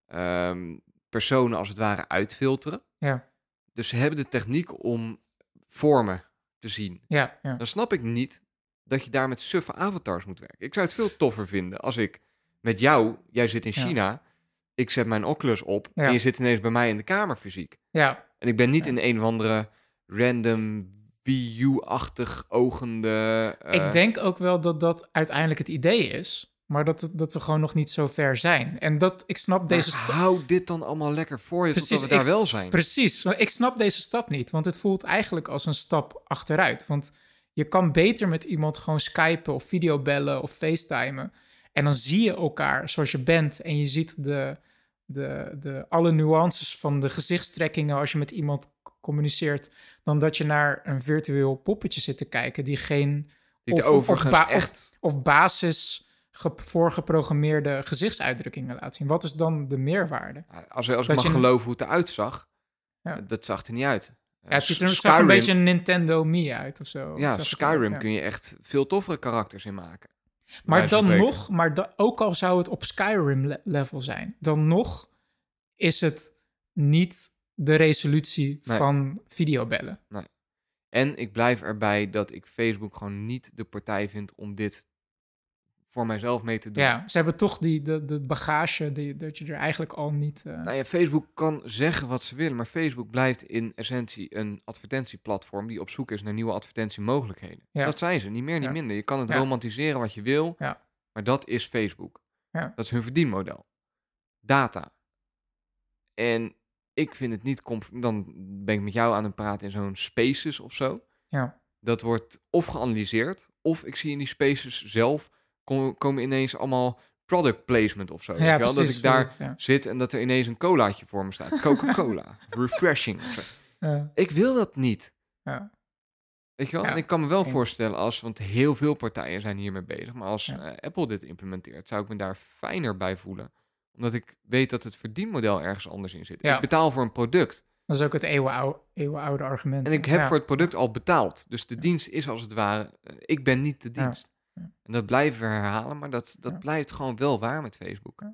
ehm, personen als het ware uitfilteren. ja, Dus ze hebben de techniek om vormen te zien. ja, ja. Dan snap ik niet dat je daar met suffe avatars moet werken. Ik zou het veel toffer vinden als ik met jou, jij zit in Ja. China, ik zet mijn Oculus op Ja. en je zit ineens bij mij in de kamer fysiek. ja. En ik ben niet Ja. in een of andere random V U-achtig ogende... uh, Ik denk ook wel dat dat uiteindelijk het idee is, maar dat, het- dat we gewoon nog niet zo ver zijn. En dat, ik snap deze maar stap... hou dit dan allemaal lekker voor je Precies, totdat we daar ik- wel zijn. Precies, maar ik snap deze stap niet, want het voelt eigenlijk als een stap achteruit. Want je kan beter met iemand gewoon skypen of videobellen of facetimen. En dan zie je elkaar zoals je bent en je ziet de, de, de, alle nuances van de gezichtstrekkingen als je met iemand k- communiceert, dan dat je naar een virtueel poppetje zit te kijken die geen Die of- overigens of ba- of- echt... of basis ge- voorgeprogrammeerde gezichtsuitdrukkingen laat zien. Wat is dan de meerwaarde? Als, als ik dat mag je- geloven hoe het eruit zag, Ja. uh, dat zag er niet uit. Uh, Ja, het ziet er S- zag een Skyrim- beetje een Nintendo Mii uit of zo. Ja, Zag het Skyrim eruit, ja. kun je echt veel toffere karakters in maken. Bij Maar wijze van dan spreken. nog, maar da- ook al zou het op Skyrim-level zijn, dan nog is het niet de resolutie Nee. van videobellen. En ik blijf erbij dat ik Facebook gewoon niet de partij vind om dit voor mijzelf mee te doen. Ja, ze hebben toch die, de, de bagage die, dat je er eigenlijk al niet... eh, Nou ja, Facebook kan zeggen wat ze willen, maar Facebook blijft in essentie een advertentieplatform die op zoek is naar nieuwe advertentiemogelijkheden. Ja. Dat zijn ze, niet meer, niet Ja. minder. Je kan het Ja. romantiseren wat je wil, Ja. maar dat is Facebook. Ja. Dat is hun verdienmodel. Data. En ik vind het niet... comf- Dan ben ik met jou aan het praten in zo'n spaces of zo. ja, Dat wordt of geanalyseerd, of ik zie in die spaces zelf kom- komen ineens allemaal product placement of zo. weet ja, je wel? Dat precies. ik daar precies, ja. zit en dat er ineens een colaatje voor me staat. Coca-Cola. Refreshing. Of zo. Ja, Ik wil dat niet. ja, Weet je wel? Ja, En ik kan me wel eens. voorstellen als, want heel veel partijen zijn hiermee bezig, maar als Ja. eh, Apple dit implementeert, zou ik me daar fijner bij voelen. Omdat ik weet dat het verdienmodel ergens anders in zit. Ja. Ik betaal voor een product. dat is ook het eeuwenoude, eeuwenoude argument. En ik heb ja. voor het product al betaald. Dus de dienst is als het ware, eh, ik ben niet de Ja. dienst. Ja. En dat blijven we herhalen, maar dat, dat Ja. blijft gewoon wel waar met Facebook.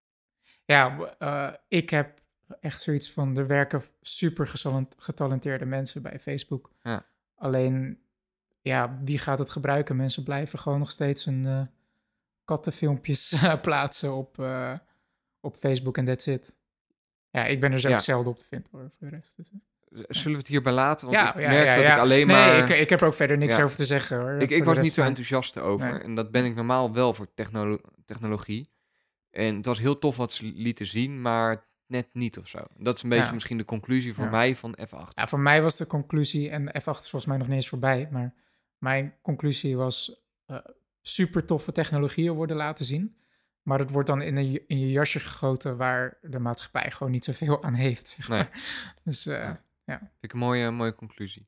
Ja, uh, ik heb echt zoiets van, er werken super gesalant- getalenteerde mensen bij Facebook. Ja. Alleen, ja, wie gaat het gebruiken? Mensen blijven gewoon nog steeds een uh, kattenfilmpjes uh, plaatsen op, uh, op Facebook en that's it. Ja, ik ben er zo Ja. zelden op te vinden hoor, voor de rest. Dus, uh. Zullen we het hierbij laten? Want ja, ik ja, merk ja, dat ja. ik alleen nee, maar... ik, ik heb er ook verder niks Ja. over te zeggen hoor. Ik, Voor ik de was rest niet zo maar- enthousiast over. Nee. En dat ben ik normaal wel voor technolo- technologie. En het was heel tof wat ze lieten zien, maar net niet of zo. Dat is een beetje Ja. misschien de conclusie voor Ja. mij van F acht. Ja, voor mij was de conclusie, en F acht is volgens mij nog niet eens voorbij, maar mijn conclusie was uh, super toffe technologieën worden laten zien. Maar het wordt dan in, een, in je jasje gegoten waar de maatschappij gewoon niet zoveel aan heeft, zeg Nee. maar. Dus uh, Nee. ja. Vind ik een mooie, mooie conclusie.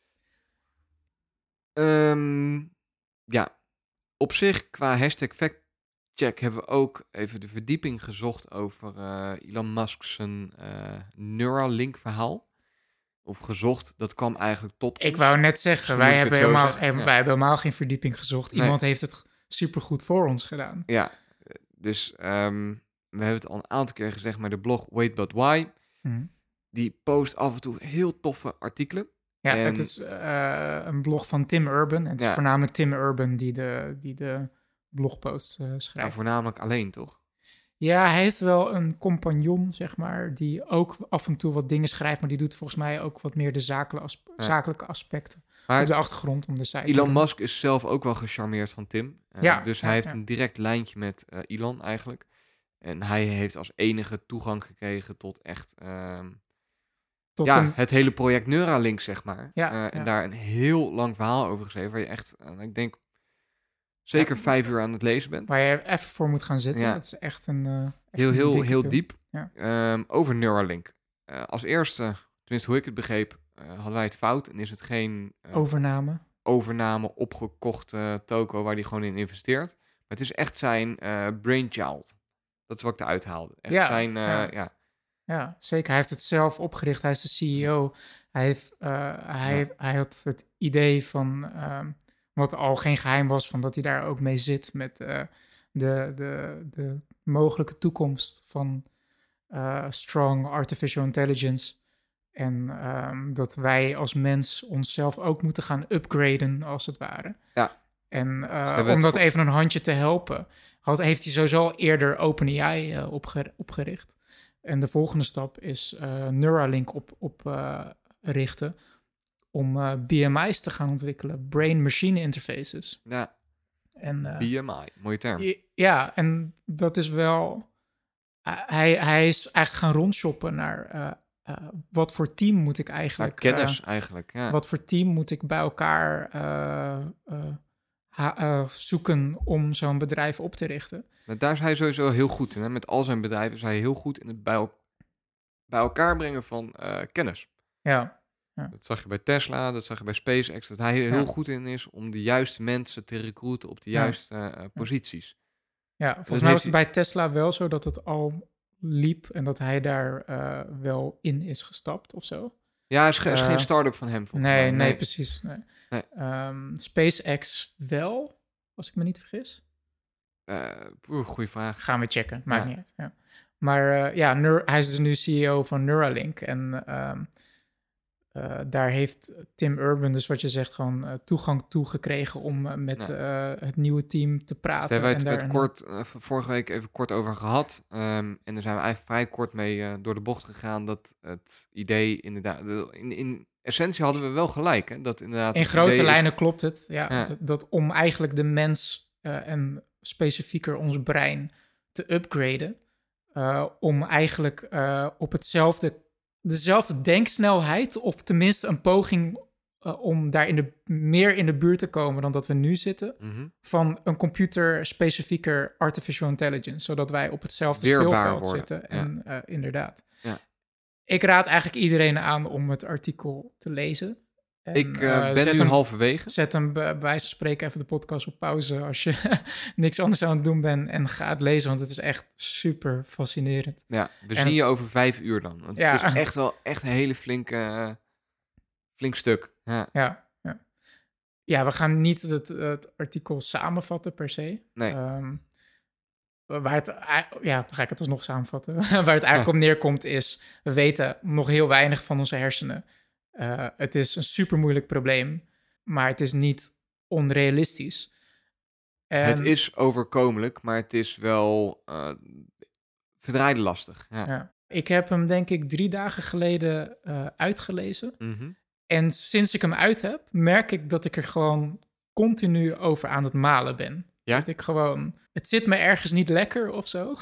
Ehm, ja, op zich, qua hashtag factcheck hebben we ook even de verdieping gezocht over uh, Elon Musk's uh, Neuralink verhaal. Of gezocht, dat kwam eigenlijk tot Ik ons. wou net zeggen, wij moet ik hebben, het zo helemaal, zeggen, hebben- ja. wij hebben helemaal geen verdieping gezocht. Nee. Iemand heeft het supergoed voor ons gedaan. Ja, dus ehm, we hebben het al een aantal keer gezegd, maar de blog Wait But Why, Hm. die post af en toe heel toffe artikelen. Ja, en... het is uh, een blog van Tim Urban. Het is ja. voornamelijk Tim Urban die de, die de blogpost uh, schrijft. Ja, voornamelijk alleen, toch? Ja, hij heeft wel een compagnon, zeg maar, die ook af en toe wat dingen schrijft, maar die doet volgens mij ook wat meer de zakelijke, aspe- ja. zakelijke aspecten maar op de achtergrond om de site. Elon Musk is zelf ook wel gecharmeerd van Tim. Uh, ja, dus hij ja, heeft ja. een direct lijntje met uh, Elon eigenlijk. En hij heeft als enige toegang gekregen tot echt uh, tot ja, een... het hele project Neuralink, zeg maar. Ja, uh, en ja. daar een heel lang verhaal over geschreven, waar je echt, uh, ik denk, zeker ja, vijf uur aan het lezen bent. Waar je even voor moet gaan zitten. Ja. Het is echt een uh, echt heel, een heel, heel diep. Ja. Um, over Neuralink. Uh, als eerste, tenminste hoe ik het begreep, uh, hadden wij het fout en is het geen uh, overname. overname opgekochte toko waar hij gewoon in investeert. Maar het is echt zijn uh, brainchild. Dat is wat ik eruit haalde. Echt ja, zijn, uh, ja. ja. Ja, zeker. Hij heeft het zelf opgericht. Hij is de C E O. Hij, heeft, uh, hij, ja. hij had het idee van, uh, wat al geen geheim was, van dat hij daar ook mee zit met uh, de, de, de mogelijke toekomst van uh, strong artificial intelligence. En um, dat wij als mens onszelf ook moeten gaan upgraden, als het ware. Ja. En uh, dus om dat even een handje te helpen, had, heeft hij sowieso al eerder OpenAI uh, opger- opgericht. En de volgende stap is uh, Neuralink op, op uh, richten om uh, B M I's te gaan ontwikkelen. Brain-machine interfaces. Ja, en, uh, B M I, mooie term. Ja, en dat is wel... Uh, hij, hij is eigenlijk gaan rondshoppen naar... Uh, uh, wat voor team moet ik eigenlijk... Ja, kennis uh, eigenlijk, ja. Wat voor team moet ik bij elkaar uh, uh, ha- uh, zoeken om zo'n bedrijf op te richten. Nou, daar is hij sowieso heel goed in. Hè? Met al zijn bedrijven is hij heel goed in het bij, el- bij elkaar brengen van uh, kennis. Ja. Ja. Dat zag je bij Tesla, dat zag je bij SpaceX. Dat hij heel ja. goed in is om de juiste mensen te recruiten op de ja. juiste uh, posities. Ja, volgens mij was het hij... bij Tesla wel zo dat het al liep en dat hij daar uh, wel in is gestapt of zo. Ja, het is, ge- is uh, geen start-up van hem volgens nee, mij. Nee, nee, precies. Nee. Nee. Um, SpaceX wel, als ik me niet vergis. Uh, goeie vraag. Gaan we checken, maakt ja. niet uit. Ja. Maar uh, ja, Neur- hij is dus nu C E O van Neuralink. En um, uh, daar heeft Tim Urban, dus wat je zegt, gewoon uh, toegang toe gekregen om uh, met ja. uh, het nieuwe team te praten. Daar hebben we het en daar kort, uh, vorige week even kort over gehad. Um, en daar zijn we eigenlijk vrij kort mee uh, door de bocht gegaan dat het idee inderdaad... In, in essentie hadden we wel gelijk, hè? Dat inderdaad... In grote lijnen is... klopt het, ja. ja. Dat, dat om eigenlijk de mens uh, en specifieker ons brein te upgraden... Uh, om eigenlijk uh, op hetzelfde, dezelfde denksnelheid, of tenminste een poging uh, om daar in de, meer in de buurt te komen dan dat we nu zitten, mm-hmm. van een computer-specifieker artificial intelligence, zodat wij op hetzelfde Weerbaar speelveld worden. zitten. En ja. uh, inderdaad. Ja. Ik raad eigenlijk iedereen aan om het artikel te lezen. En, ik uh, uh, ben nu hem, halverwege. Zet hem bij wijze van spreken even de podcast op pauze als je niks anders aan het doen bent en ga het lezen, want het is echt super fascinerend. Ja, we en zien je over vijf uur dan. Want ja. het is echt wel echt een hele flinke, uh, flink stuk. Ja. Ja, ja. ja, we gaan niet het, het artikel samenvatten per se. Nee. Um, waar het, ja, dan ga ik het alsnog samenvatten. Waar het eigenlijk ja. op neerkomt is, we weten nog heel weinig van onze hersenen. Uh, het is een super moeilijk probleem, maar het is niet onrealistisch. En... Het is overkomelijk, maar het is wel uh, verdraaide lastig. Ja. Ja. Ik heb hem denk ik drie dagen geleden uh, uitgelezen. Mm-hmm. En sinds ik hem uit heb, merk ik dat ik er gewoon continu over aan het malen ben. Ja? Dat ik gewoon, het zit me ergens niet lekker of zo.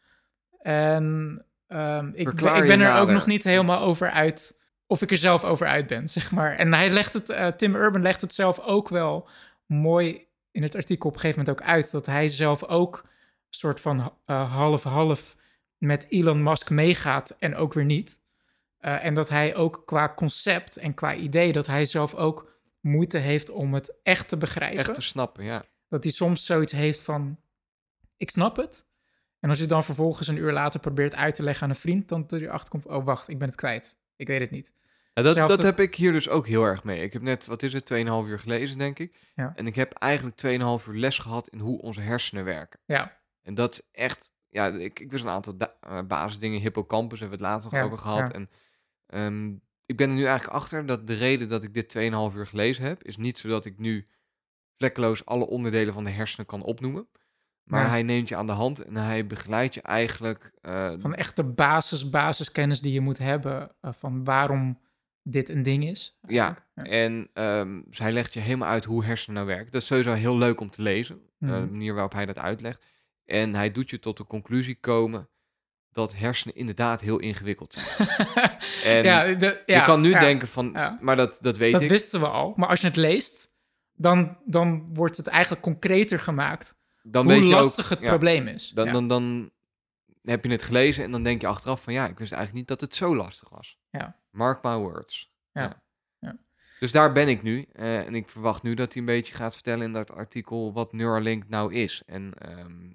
En um, ik, ben, ik ben er nader. ook nog niet helemaal over uit... Of ik er zelf over uit ben, zeg maar. En hij legt het, uh, Tim Urban legt het zelf ook wel mooi in het artikel op een gegeven moment ook uit. Dat hij zelf ook een soort van uh, half-half met Elon Musk meegaat en ook weer niet. Uh, en dat hij ook qua concept en qua idee, dat hij zelf ook moeite heeft om het echt te begrijpen. Echt te snappen, ja. Dat hij soms zoiets heeft van, ik snap het. En als je dan vervolgens een uur later probeert uit te leggen aan een vriend, dan tot je achterkomt, oh wacht, ik ben het kwijt. Ik weet het niet. Ja, dat, dat heb ik hier dus ook heel erg mee. Ik heb net, wat is het, tweeënhalf uur gelezen, denk ik. Ja. En ik heb eigenlijk tweeënhalf uur les gehad in hoe onze hersenen werken. Ja. En dat is echt, ja, ik, ik wist een aantal da- uh, basisdingen. Hippocampus hebben we het later nog ja, over gehad. Ja. En Um, ik ben er nu eigenlijk achter dat de reden dat ik dit twee en een half uur gelezen heb... is niet zodat ik nu vlekkeloos alle onderdelen van de hersenen kan opnoemen. Maar Nee. hij neemt je aan de hand en hij begeleidt je eigenlijk... Uh, van echt de basis, basiskennis die je moet hebben... Uh, van waarom dit een ding is. Ja, ja, en um, dus hij legt je helemaal uit hoe hersenen nou werken. Dat is sowieso heel leuk om te lezen. Mm. Uh, de manier waarop hij dat uitlegt. En hij doet je tot de conclusie komen... dat hersenen inderdaad heel ingewikkeld zijn. en ja, de, ja, je kan nu ja, denken van... Ja. Maar dat, dat weet dat ik. Dat wisten we al. Maar als je het leest... dan, dan wordt het eigenlijk concreter gemaakt... Dan hoe weet je lastig ook, het ja, probleem is. Dan, ja. dan, dan heb je het gelezen en dan denk je achteraf van... ja, ik wist eigenlijk niet dat het zo lastig was. Ja. Mark my words. Ja. Ja. Ja. Dus daar ben ik nu. Uh, en ik verwacht nu dat hij een beetje gaat vertellen in dat artikel... wat Neuralink nou is. En, um...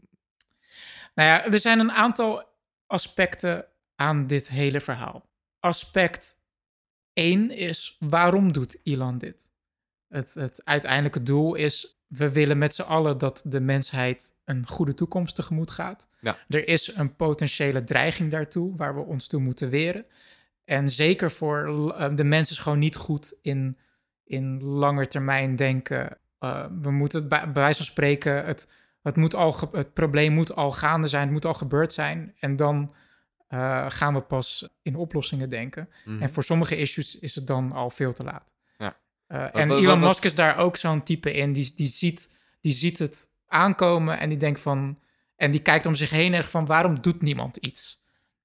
Nou ja, er zijn een aantal aspecten aan dit hele verhaal. Aspect één is, waarom doet Elon dit? Het, het uiteindelijke doel is... we willen met z'n allen dat de mensheid een goede toekomst tegemoet gaat. Ja. Er is een potentiële dreiging daartoe... waar we ons toe moeten weren. En zeker voor uh, de mensen is gewoon niet goed in, in lange termijn denken. Uh, we moeten bij, bij wijze van spreken... Het, het, moet al ge, het probleem moet al gaande zijn, het moet al gebeurd zijn... en dan uh, gaan we pas in oplossingen denken. Mm-hmm. En voor sommige issues is het dan al veel te laat. Ja. Uh, en wat, Elon wat, Musk is daar ook zo'n type in. Die, die, ziet, die ziet het aankomen en die denkt van... en die kijkt om zich heen en van waarom doet niemand iets?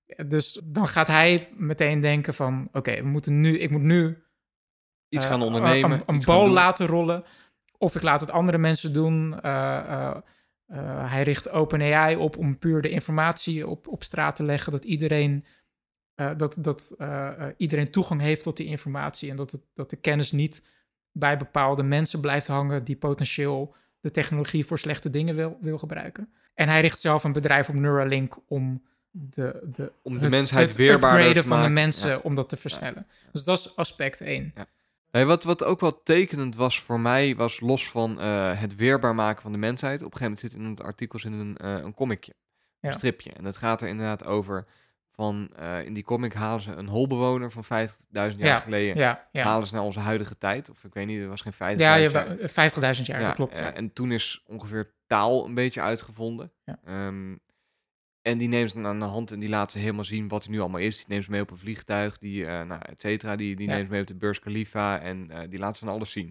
Dus dan gaat hij meteen denken van... oké, okay, we moeten nu, ik moet nu... iets uh, gaan ondernemen. Een, een bal laten rollen. Of ik laat het andere mensen doen. Uh, uh, uh, hij richt OpenAI op om puur de informatie op, op straat te leggen... dat iedereen... Uh, dat dat uh, uh, iedereen toegang heeft tot die informatie... en dat, het, dat de kennis niet bij bepaalde mensen blijft hangen... die potentieel de technologie voor slechte dingen wil, wil gebruiken. En hij richt zelf een bedrijf op Neuralink... om de, de, om de het, mensheid het weerbaarder upgraden te van maken. de mensen... Ja. om dat te versnellen. Ja. Dus dat is aspect één. Ja. Hey, wat, wat ook wel tekenend was voor mij... was los van uh, het weerbaar maken van de mensheid... op een gegeven moment zit in het artikel in een, uh, een comicje. Een ja. stripje. En dat gaat er inderdaad over... van uh, in die comic halen ze een holbewoner van vijftigduizend jaar ja, geleden. Ja, ja. Halen ze naar onze huidige tijd. Of ik weet niet, er was geen vijftigduizend ja, jaar. Ja, vijftigduizend jaar, ja, dat klopt. Uh, ja. En toen is ongeveer taal een beetje uitgevonden. Ja. Um, en die neemt ze dan aan de hand en die laat ze helemaal zien wat er nu allemaal is. Die neemt ze mee op een vliegtuig, die, uh, nou, et cetera. Die, die ja. neemt ze mee op de Burj Khalifa en uh, die laat ze van alles zien.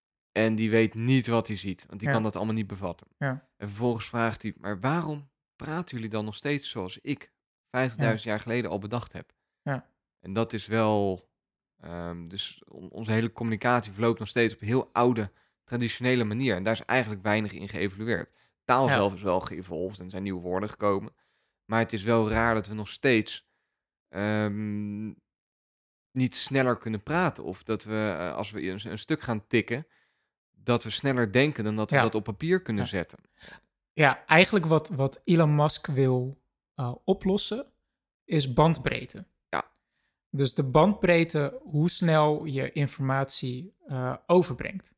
En die weet niet wat hij ziet, want die ja. kan dat allemaal niet bevatten. Ja. En vervolgens vraagt hij, maar waarom praten jullie dan nog steeds zoals ik vijftigduizend ja. jaar geleden al bedacht heb? Ja. En dat is wel... Um, dus on, onze hele communicatie verloopt nog steeds op een heel oude, traditionele manier. En daar is eigenlijk weinig in geëvolueerd. Taal ja. zelf is wel geëvolved en er zijn nieuwe woorden gekomen. Maar het is wel raar dat we nog steeds um, niet sneller kunnen praten. Of dat we, uh, als we een, een stuk gaan tikken, dat we sneller denken dan dat we ja. dat op papier kunnen ja. zetten. Ja, eigenlijk wat, wat Elon Musk wil uh, oplossen, is bandbreedte. Ja. Dus de bandbreedte, hoe snel je informatie uh, overbrengt.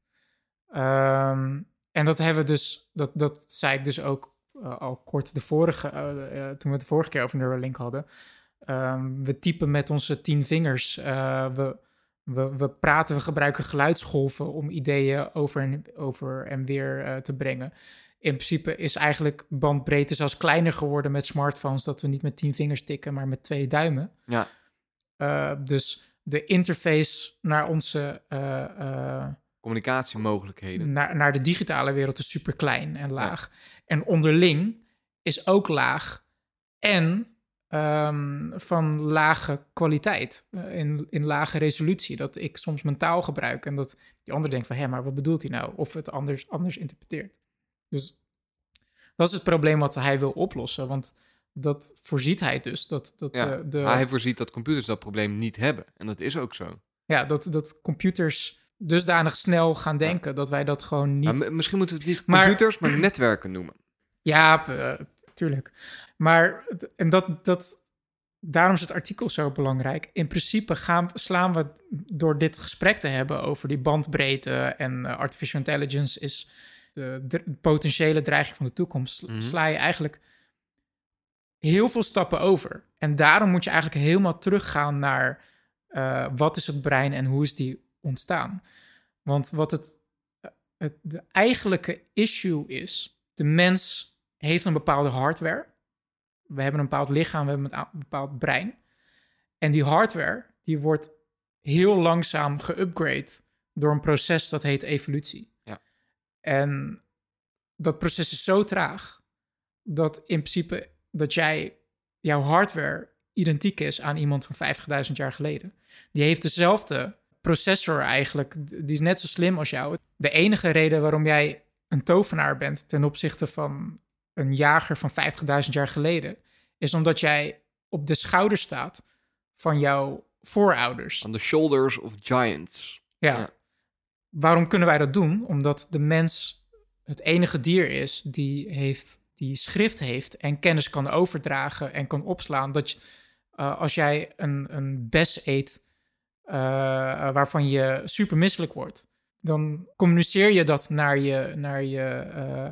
Um, en dat hebben we dus, dat, dat zei ik dus ook uh, al kort de vorige, uh, uh, toen we het de vorige keer over Neuralink hadden. Um, we typen met onze tien vingers. Uh, we, we, we praten, we gebruiken geluidsgolven om ideeën over en, over en weer uh, te brengen. In principe is eigenlijk bandbreedte zelfs kleiner geworden met smartphones, dat we niet met tien vingers tikken, maar met twee duimen. Ja. Uh, dus de interface naar onze uh, uh, communicatiemogelijkheden. Naar, naar de digitale wereld is super klein en laag. Ja. En onderling is ook laag en um, van lage kwaliteit, uh, in, in lage resolutie. Dat ik soms mijn taal gebruik en dat die ander denkt van, hé, maar wat bedoelt hij nou? Of het anders, anders interpreteert. Dus dat is het probleem wat hij wil oplossen, want dat voorziet hij dus. Dat, dat, ja, uh, de, hij voorziet dat computers dat probleem niet hebben. En dat is ook zo. Ja, dat, dat computers dusdanig snel gaan denken, ja. dat wij dat gewoon niet... Nou, misschien moeten we het niet computers, maar, maar netwerken noemen. Ja, uh, tuurlijk. Maar, en dat, dat, daarom is het artikel zo belangrijk. In principe gaan, slaan we door dit gesprek te hebben over die bandbreedte en uh, artificial intelligence is de, de potentiële dreiging van de toekomst, mm-hmm. sla je eigenlijk heel veel stappen over. En daarom moet je eigenlijk helemaal teruggaan naar Uh, wat is het brein en hoe is die ontstaan? Want wat het, het de eigenlijke issue is... de mens heeft een bepaalde hardware. We hebben een bepaald lichaam, we hebben een bepaald brein. En die hardware die wordt heel langzaam geupgrade... door een proces dat heet evolutie. Ja. En dat proces is zo traag... dat in principe dat jij jouw hardware identiek is aan iemand van vijftigduizend jaar geleden. Die heeft dezelfde processor eigenlijk. Die is net zo slim als jou. De enige reden waarom jij een tovenaar bent ten opzichte van een jager van vijftigduizend jaar geleden, is omdat jij op de schouder staat van jouw voorouders. On the shoulders of giants. Ja. ja. Waarom kunnen wij dat doen? Omdat de mens het enige dier is die heeft... die schrift heeft en kennis kan overdragen en kan opslaan. Dat je, uh, als jij een, een bes eet uh, waarvan je super misselijk wordt, dan communiceer je dat naar je, naar je, uh,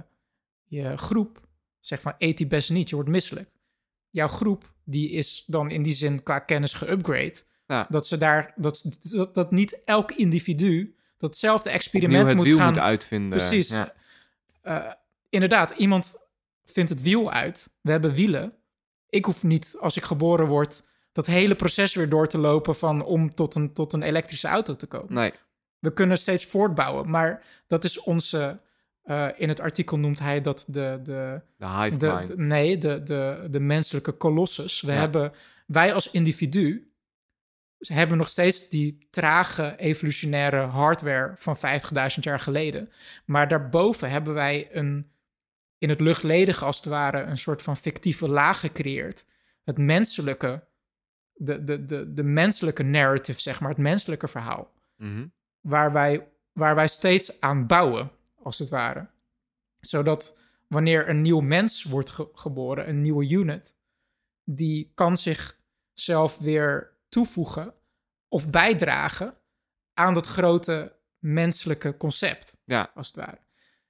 je groep. Zeg van, eet die bes niet, je wordt misselijk. Jouw groep, die is dan in die zin qua kennis geupgrade. Ja. Dat ze daar, dat, dat, dat niet elk individu datzelfde experiment moet gaan... moet uitvinden. Precies. Ja. Uh, inderdaad, iemand... vindt het wiel uit. We hebben wielen. Ik hoef niet, als ik geboren word, dat hele proces weer door te lopen van om tot een, tot een elektrische auto te komen. Nee. We kunnen steeds voortbouwen, maar dat is onze... Uh, in het artikel noemt hij dat de... De, de hive de, mind. De, nee, de, de, de menselijke kolossus. We ja. hebben, wij als individu hebben nog steeds die trage evolutionaire hardware van vijftigduizend jaar geleden. Maar daarboven hebben wij een... in het luchtledige, als het ware, een soort van fictieve laag gecreëerd. Het menselijke, de, de, de, de menselijke narrative, zeg maar, het menselijke verhaal. Mm-hmm. Waar wij, waar wij steeds aan bouwen, als het ware. Zodat wanneer een nieuw mens wordt ge- geboren, een nieuwe unit, die kan zichzelf weer toevoegen of bijdragen aan dat grote menselijke concept, ja. als het ware.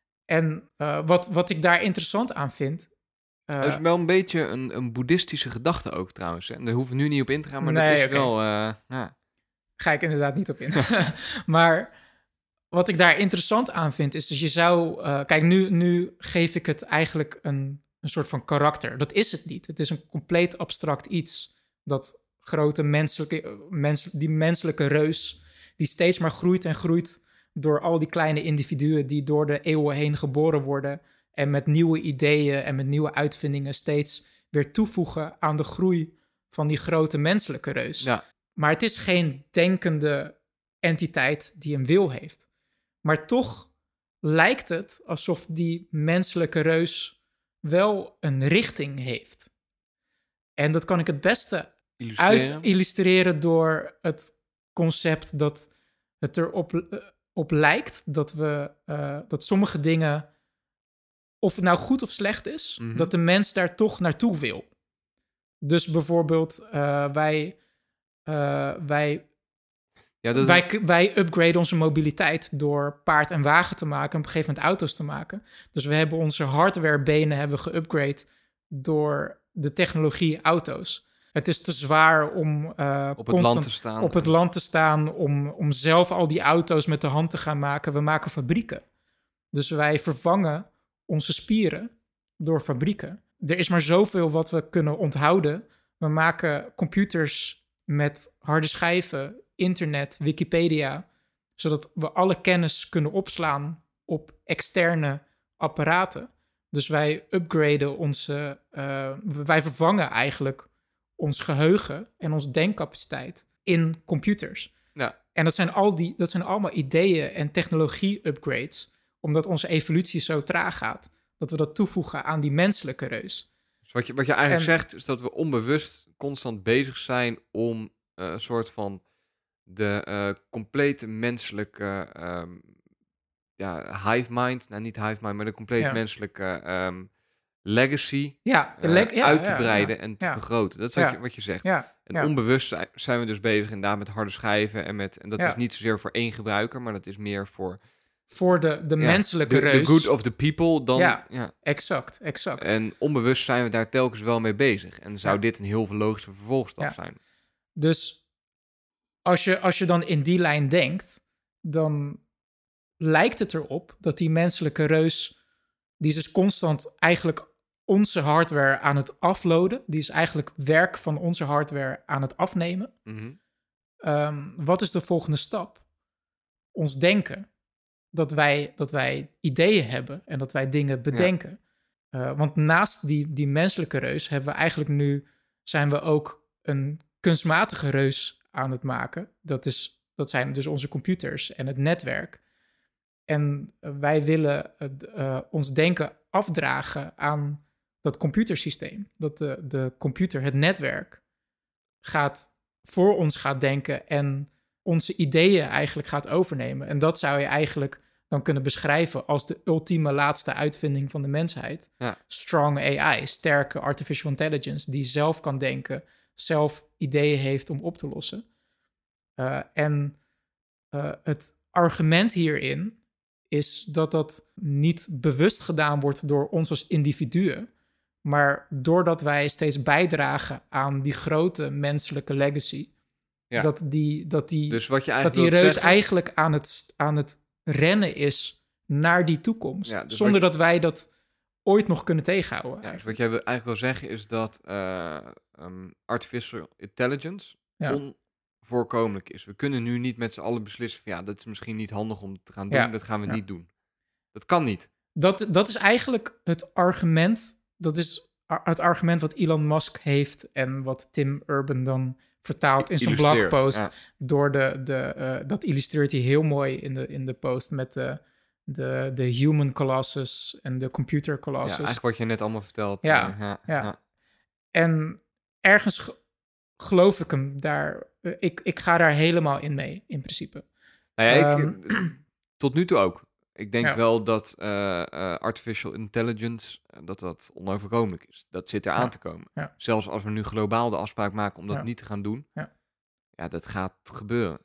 En uh, wat, wat ik daar interessant aan vind... Uh, dat is wel een beetje een, een boeddhistische gedachte ook trouwens. Hè? Daar hoeven we nu niet op in te gaan, maar nee, dat is okay. wel... Uh, ja. Ga ik inderdaad niet op in. Maar wat ik daar interessant aan vind, is dat je zou... Uh, kijk, nu, nu geef ik het eigenlijk een, een soort van karakter. Dat is het niet. Het is een compleet abstract iets. Dat grote menselijke... Mens, die menselijke reus, die steeds maar groeit en groeit... door al die kleine individuen die door de eeuwen heen geboren worden... en met nieuwe ideeën en met nieuwe uitvindingen... steeds weer toevoegen aan de groei van die grote menselijke reus. Ja. Maar het is geen denkende entiteit die een wil heeft. Maar toch lijkt het alsof die menselijke reus wel een richting heeft. En dat kan ik het beste illustreren, uit illustreren door het concept dat het erop... Uh, op lijkt dat we uh, dat sommige dingen, of het nou goed of slecht is, mm-hmm. dat de mens daar toch naartoe wil. Dus bijvoorbeeld uh, wij, uh, wij, ja, dat wij, is... wij upgraden onze mobiliteit door paard en wagen te maken en op een gegeven moment auto's te maken. Dus we hebben onze hardwarebenen hebben geupgrade door de technologie auto's. Het is te zwaar om uh, op, het land te staan. op het land te staan, om, om zelf al die auto's met de hand te gaan maken. We maken fabrieken. Dus wij vervangen onze spieren door fabrieken. Er is maar zoveel wat we kunnen onthouden. We maken computers met harde schijven, internet, Wikipedia, zodat we alle kennis kunnen opslaan op externe apparaten. Dus wij upgraden onze... Uh, wij vervangen eigenlijk ons geheugen en onze denkcapaciteit in computers. Ja. En dat zijn, al die, dat zijn allemaal ideeën en technologie-upgrades, omdat onze evolutie zo traag gaat, dat we dat toevoegen aan die menselijke reus. Dus wat je, wat je eigenlijk en, zegt, is dat we onbewust constant bezig zijn om uh, een soort van de uh, complete menselijke um, ja, hive mind, nou niet hive mind, maar de complete ja. menselijke um, legacy ja, uh, le- ja, uit te ja, breiden ja, en te ja. vergroten. Dat is wat, ja. je, wat je zegt. Ja, en ja. onbewust zijn we dus bezig inderdaad met harde schijven. En, met, en dat ja. is niet zozeer voor één gebruiker, maar dat is meer voor... Voor de, de ja, menselijke de, reus. The good of the people. Dan, ja, ja, exact, exact. En onbewust zijn we daar telkens wel mee bezig. En zou ja. dit een heel veel logische vervolgstap ja. zijn. Dus als je, als je dan in die lijn denkt, dan lijkt het erop dat die menselijke reus, die is dus constant eigenlijk onze hardware aan het afloaden. Die is eigenlijk werk van onze hardware aan het afnemen. Mm-hmm. Um, wat is de volgende stap? Ons denken. Dat wij, dat wij ideeën hebben en dat wij dingen bedenken. Ja. Uh, want naast die, die menselijke reus hebben we eigenlijk nu, zijn we ook een kunstmatige reus aan het maken. Dat, is, dat zijn dus onze computers en het netwerk. En wij willen uh, uh, ons denken afdragen aan dat computersysteem. Dat de, de computer, het netwerk, gaat voor ons gaat denken en onze ideeën eigenlijk gaat overnemen. En dat zou je eigenlijk dan kunnen beschrijven als de ultieme laatste uitvinding van de mensheid. Ja. Strong A I, sterke artificial intelligence, die zelf kan denken, zelf ideeën heeft om op te lossen. Uh, en uh, het argument hierin is dat dat niet bewust gedaan wordt door ons als individuen, maar doordat wij steeds bijdragen aan die grote menselijke legacy, ja. dat die, dat die, dus wat je dat die reus zeggen, eigenlijk aan het, aan het rennen is naar die toekomst, ja, dus zonder je, dat wij dat ooit nog kunnen tegenhouden. Ja, dus wat jij eigenlijk wil zeggen is dat uh, um, artificial intelligence ja. onvoorkomelijk is. We kunnen nu niet met z'n allen beslissen van ja, dat is misschien niet handig om te gaan doen, ja. dat gaan we ja. niet doen. Dat kan niet. Dat, dat is eigenlijk het argument, dat is het argument wat Elon Musk heeft en wat Tim Urban dan vertaalt in zijn blogpost. Ja. Door de, de, uh, dat illustreert hij heel mooi in de, in de post met de, de, de human colossus en de computer colossus. Ja, eigenlijk wat je net allemaal vertelt. Ja, uh, ja, ja. ja. En ergens ge- geloof ik hem daar. Uh, ik, ik ga daar helemaal in mee, in principe. Nou ja, um, ik, tot nu toe ook. Ik denk ja. wel dat uh, uh, artificial intelligence, uh, dat dat onoverkomelijk is. Dat zit er aan ja. te komen. Ja. Zelfs als we nu globaal de afspraak maken om dat ja. niet te gaan doen. Ja. ja, dat gaat gebeuren.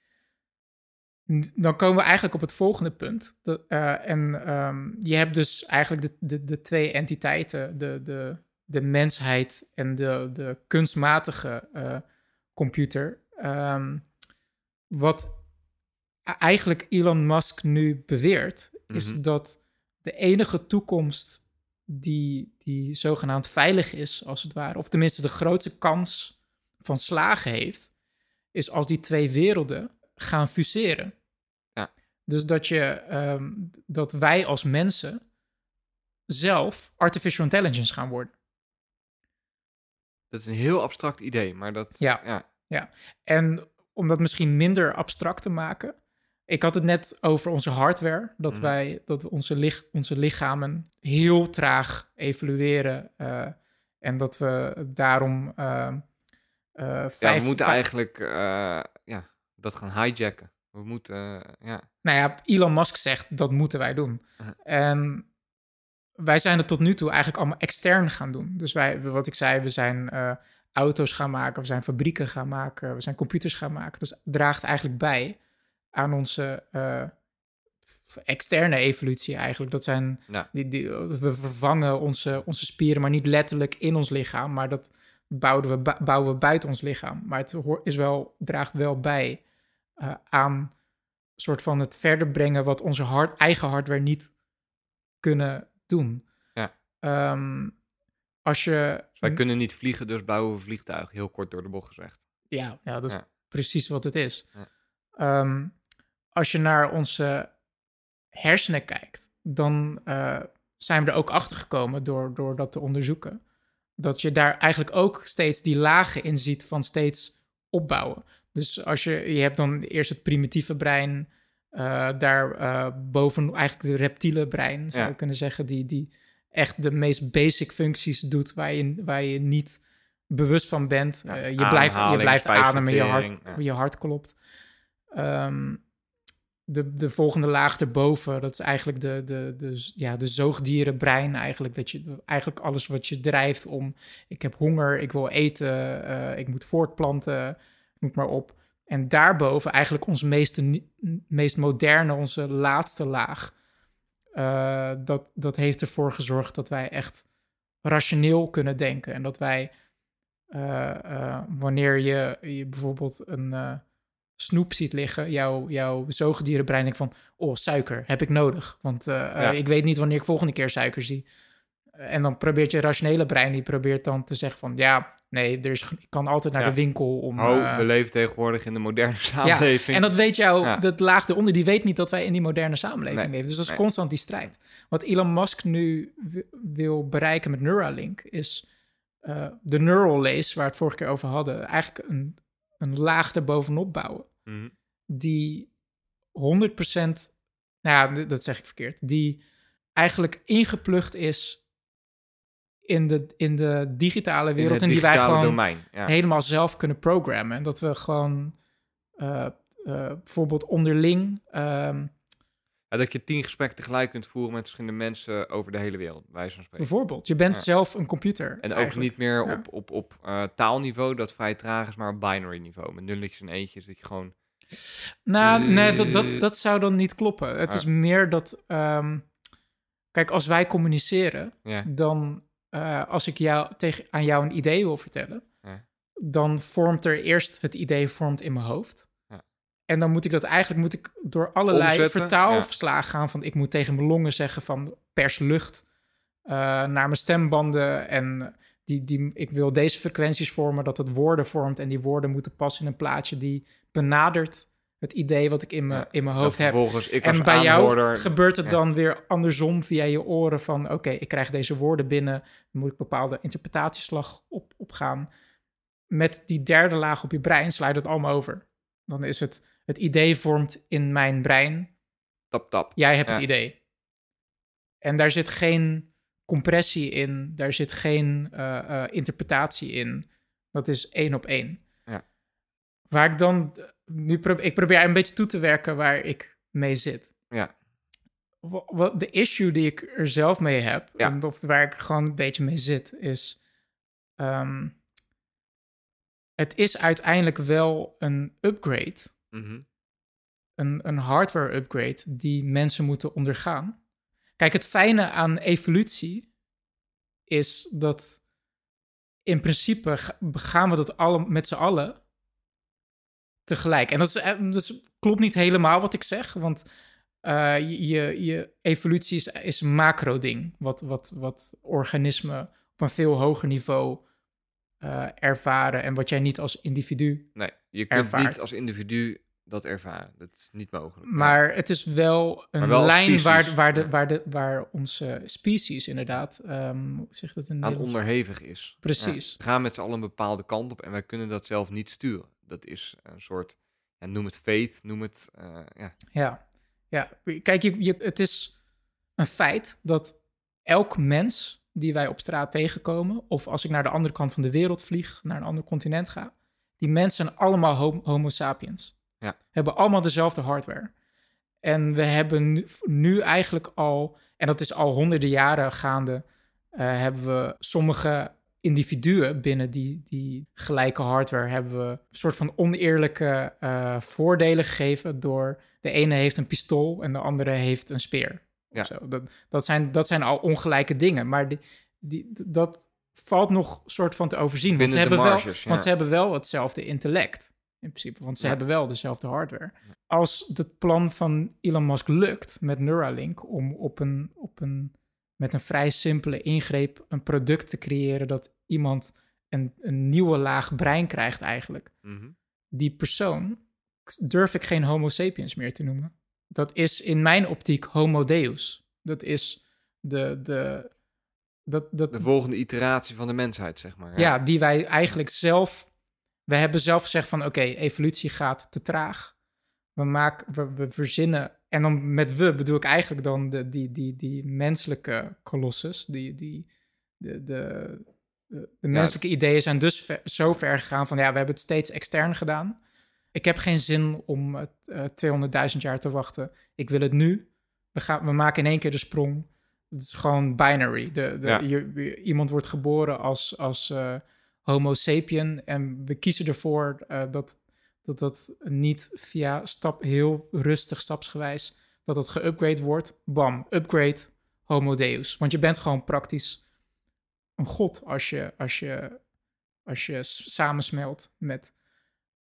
Dan komen we eigenlijk op het volgende punt. De, uh, en um, je hebt dus eigenlijk de, de, de twee entiteiten, de, de, de mensheid en de, de kunstmatige uh, computer. Um, wat eigenlijk Elon Musk nu beweert, is mm-hmm. dat de enige toekomst die, die zogenaamd veilig is, als het ware, of tenminste de grootste kans van slagen heeft, is als die twee werelden gaan fuseren. Ja. Dus dat, je, um, dat wij als mensen zelf artificial intelligence gaan worden. Dat is een heel abstract idee, maar dat... Ja, ja. ja. En om dat misschien minder abstract te maken, ik had het net over onze hardware, dat mm. wij, dat onze, lich, onze lichamen heel traag evolueren uh, en dat we daarom uh, uh, vijf... Ja, we moeten vijf... eigenlijk uh, ja, dat gaan hijacken. We moeten, uh, ja... Nou ja, Elon Musk zegt, dat moeten wij doen. Uh-huh. En wij zijn het tot nu toe eigenlijk allemaal extern gaan doen. Dus wij, wat ik zei, we zijn uh, auto's gaan maken, we zijn fabrieken gaan maken, we zijn computers gaan maken. Dus het draagt eigenlijk bij aan onze uh, externe evolutie eigenlijk. Dat zijn, ja. die, die, we vervangen onze, onze spieren, maar niet letterlijk in ons lichaam, maar dat bouwen we, bouwen we buiten ons lichaam. Maar het is wel, draagt wel bij uh, aan een soort van het verder brengen wat onze hard, eigen hardware niet kunnen doen. Ja. Um, als je... Dus wij kunnen niet vliegen, dus bouwen we vliegtuigen, heel kort door de bocht gezegd. Ja, ja dat is ja. precies wat het is. Ja. Um, als je naar onze hersenen kijkt, dan uh, zijn we er ook achter gekomen door, door dat te onderzoeken. Dat je daar eigenlijk ook steeds die lagen in ziet van steeds opbouwen. Dus als je, je hebt dan eerst het primitieve brein, uh, daar uh, boven eigenlijk de reptiele brein, zou je ja. kunnen zeggen, die, die echt de meest basic functies doet, waar je, waar je niet bewust van bent. Ja, uh, je, blijft, je blijft ademen, je hart, ja. je hart klopt. Um, de, de volgende laag erboven, dat is eigenlijk de, de, de, ja, de zoogdierenbrein eigenlijk. Dat je eigenlijk alles wat je drijft om, ik heb honger, ik wil eten, uh, ik moet voortplanten, noem maar op. En daarboven eigenlijk ons meeste, meest moderne, onze laatste laag. Uh, dat, dat heeft ervoor gezorgd dat wij echt rationeel kunnen denken. En dat wij, uh, uh, wanneer je, je bijvoorbeeld een... Uh, snoep ziet liggen, jouw, jouw zoogdierenbrein denkt van, oh, suiker heb ik nodig. Want uh, ja. uh, ik weet niet wanneer ik volgende keer suiker zie. Uh, en dan probeert je rationele brein, die probeert dan te zeggen van, ja, nee, er is, ik kan altijd naar ja. de winkel om... Oh, uh, we leven tegenwoordig in de moderne samenleving. Ja, en dat weet jou, ja. dat laag eronder, die weet niet dat wij in die moderne samenleving nee. leven. Dus dat is nee. constant die strijd. Wat Elon Musk nu w- wil bereiken met Neuralink is uh, de neural lace, waar we het vorige keer over hadden, eigenlijk een, een laag erbovenop bouwen. Mm-hmm. Die honderd procent, nou ja, dat zeg ik verkeerd, die eigenlijk ingeplucht is in de, in de digitale wereld en die wij gewoon domein, ja. helemaal zelf kunnen programmen. En dat we gewoon uh, uh, bijvoorbeeld onderling... Um, ja, dat je tien gesprekken tegelijk kunt voeren met verschillende mensen over de hele wereld, bij wijze van spreken. Bijvoorbeeld, je bent ja. zelf een computer. En ook eigenlijk. niet meer ja. op, op, op uh, taalniveau, dat vrij traag is, maar op binary niveau. Met nulletjes en eentjes, dat je gewoon... Nou, nee, dat, dat, dat zou dan niet kloppen. Het ja. is meer dat... Um, kijk, als wij communiceren, ja. dan... Uh, als ik jou, tegen, aan jou een idee wil vertellen... Ja. dan vormt er eerst het idee vormt in mijn hoofd. Ja. En dan moet ik dat eigenlijk moet ik door allerlei Omzetten, vertaalverslagen ja. gaan... van ik moet tegen mijn longen zeggen van pers lucht... Uh, naar mijn stembanden en die, die, ik wil deze frequenties vormen... dat het woorden vormt en die woorden moeten passen in een plaatje... die benadert het idee wat ik in mijn, ja. in mijn hoofd heb. Ik en bij aanhoorder, jou gebeurt het ja. dan weer andersom via je oren van... oké, okay, ik krijg deze woorden binnen... dan moet ik bepaalde interpretatieslag op, opgaan. Met die derde laag op je brein sla je dat allemaal over. Dan is het, het idee vormt in mijn brein. Tap, tap. Jij hebt ja. het idee. En daar zit geen compressie in. Daar zit geen uh, uh, interpretatie in. Dat is één op één. Ja. Waar ik dan... Nu pro- ik probeer een beetje toe te werken waar ik mee zit. Ja. Wat de issue die ik er zelf mee heb, ja. en of waar ik gewoon een beetje mee zit, is... Um, het is uiteindelijk wel een upgrade. Mm-hmm. Een, een hardware upgrade die mensen moeten ondergaan. Kijk, het fijne aan evolutie is dat in principe gaan we dat alle, met z'n allen tegelijk. En dat, is, dat is, klopt niet helemaal wat ik zeg, want uh, je, je evolutie is, is een macro-ding, wat, wat, wat organismen op een veel hoger niveau uh, ervaren en wat jij niet als individu Nee, je kunt ervaart. niet als individu dat ervaren. Dat is niet mogelijk. Maar ja. het is wel een wel lijn waar, waar, de, ja. waar, de, waar onze species inderdaad, um, hoe zeg je dat in aan onderhevig is. Precies. Ja, we gaan met z'n allen een bepaalde kant op en wij kunnen dat zelf niet sturen. Dat is een soort, ja, noem het faith, noem het... Uh, ja. Ja. ja, kijk, je, je, het is een feit dat elk mens die wij op straat tegenkomen, of als ik naar de andere kant van de wereld vlieg, naar een ander continent ga, die mensen zijn allemaal homo, homo sapiens. Ja. Hebben allemaal dezelfde hardware. En we hebben nu, nu eigenlijk al, en dat is al honderden jaren gaande, uh, hebben we sommige individuen binnen die, die gelijke hardware, hebben we een soort van oneerlijke uh, voordelen gegeven door de ene heeft een pistool en de andere heeft een speer. Ja. Zo. Dat, dat, zijn, dat zijn al ongelijke dingen, maar die, die, dat valt nog soort van te overzien. Want ze, hebben marges, wel, ja. want ze hebben wel hetzelfde intellect. In principe, want ze ja. hebben wel dezelfde hardware. Als het plan van Elon Musk lukt met Neuralink om op een, op een, met een vrij simpele ingreep een product te creëren dat iemand een, een nieuwe laag brein krijgt eigenlijk. Mm-hmm. Die persoon durf ik geen homo sapiens meer te noemen. Dat is in mijn optiek homo deus. Dat is de... de dat, dat, de volgende iteratie van de mensheid, zeg maar. Ja, ja die wij eigenlijk zelf... We hebben zelf gezegd van, oké, okay, evolutie gaat te traag. We maken, we, we verzinnen... En dan met we bedoel ik eigenlijk dan de, die, die, die menselijke kolossus. Die, die, de, de, de, de menselijke ja. ideeën zijn dus ver, zo ver gegaan van... ja, we hebben het steeds extern gedaan. Ik heb geen zin om uh, tweehonderdduizend jaar te wachten. Ik wil het nu. We, gaan, we maken in één keer de sprong. Het is gewoon binary. De, de, ja. je, je, iemand wordt geboren als... als uh, homo sapien en we kiezen ervoor uh, dat, dat dat niet via stap heel rustig stapsgewijs dat het geupgrade wordt. Bam, upgrade, homo deus. Want je bent gewoon praktisch een god als je, als je, als je samensmelt met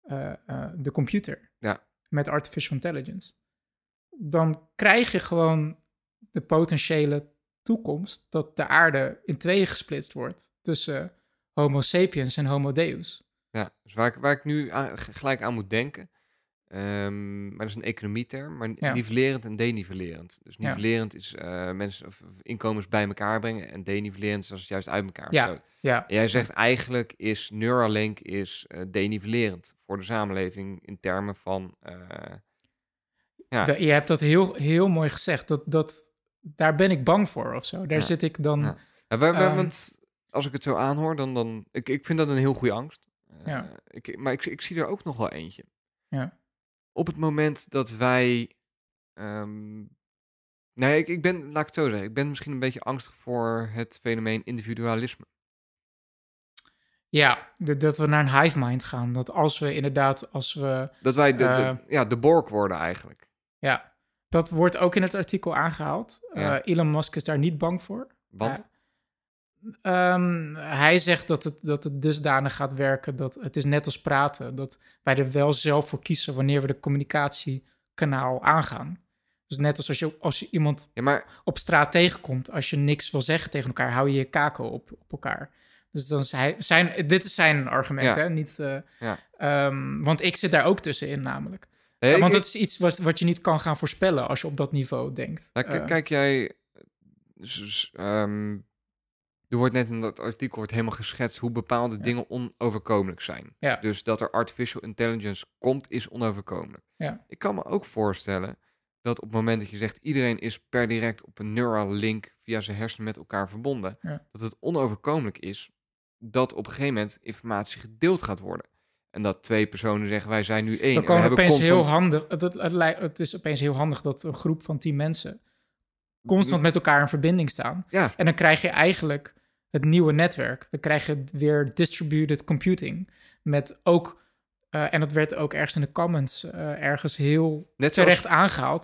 uh, uh, de computer. Ja. Met artificial intelligence. Dan krijg je gewoon de potentiële toekomst dat de aarde in tweeën gesplitst wordt tussen Homo sapiens en Homo Deus. Ja, dus waar ik, waar ik nu aan, gelijk aan moet denken, um, maar dat is een economieterm, maar ja. nivellerend en denivellerend. Dus nivellerend ja. is uh, mensen of, of inkomens bij elkaar brengen en denivellerend is als het juist uit elkaar ja. stoot. Ja. En jij zegt eigenlijk is Neuralink is uh, denivellerend voor de samenleving in termen van... Uh, ja. De, je hebt dat heel, heel mooi gezegd. Dat, dat, daar ben ik bang voor of zo. Daar ja. zit ik dan... Ja. Ja, wij, wij, um, want als ik het zo aanhoor, dan... dan ik, ik vind dat een heel goede angst. Uh, ja. ik, maar ik, ik zie er ook nog wel eentje. Ja. Op het moment dat wij... Um, nee, ik, ik ben, laat ik het zo zeggen. Ik ben misschien een beetje angstig voor het fenomeen individualisme. Ja, de, dat we naar een hive mind gaan. Dat als we inderdaad, als we... Dat wij de, uh, de, ja, de Borg worden eigenlijk. Ja, dat wordt ook in het artikel aangehaald. Ja. Uh, Elon Musk is daar niet bang voor. Want? Uh, um, hij zegt dat het, dat het dusdanig gaat werken dat het is net als praten. Dat wij er wel zelf voor kiezen wanneer we de communicatiekanaal aangaan. Dus net als als je, als je iemand ja, maar... op straat tegenkomt, als je niks wil zeggen tegen elkaar, hou je je kaken op, op elkaar. Dus dan is hij, zijn, dit is zijn argument, ja. hè? Niet, uh, ja. um, want ik zit daar ook tussenin namelijk. Nee, uh, want ik, dat is iets wat, wat je niet kan gaan voorspellen als je op dat niveau denkt. Nou, k- uh, kijk jij... Dus, um, er wordt net in dat artikel wordt helemaal geschetst hoe bepaalde ja. dingen onoverkomelijk zijn. Ja. Dus dat er artificial intelligence komt, is onoverkomelijk. Ja. Ik kan me ook voorstellen dat op het moment dat je zegt... iedereen is per direct op een neural link via zijn hersenen met elkaar verbonden... Ja. dat het onoverkomelijk is dat op een gegeven moment informatie gedeeld gaat worden. En dat twee personen zeggen, wij zijn nu één. Dan kan en we het opeens constant... heel handig... Het, het, het, het is opeens heel handig dat een groep van tien mensen... constant met elkaar in verbinding staan. Ja. En dan krijg je eigenlijk het nieuwe netwerk. Dan krijg je weer distributed computing. Met ook... Uh, en dat werd ook ergens in de comments uh, ergens heel Net terecht zoals... aangehaald.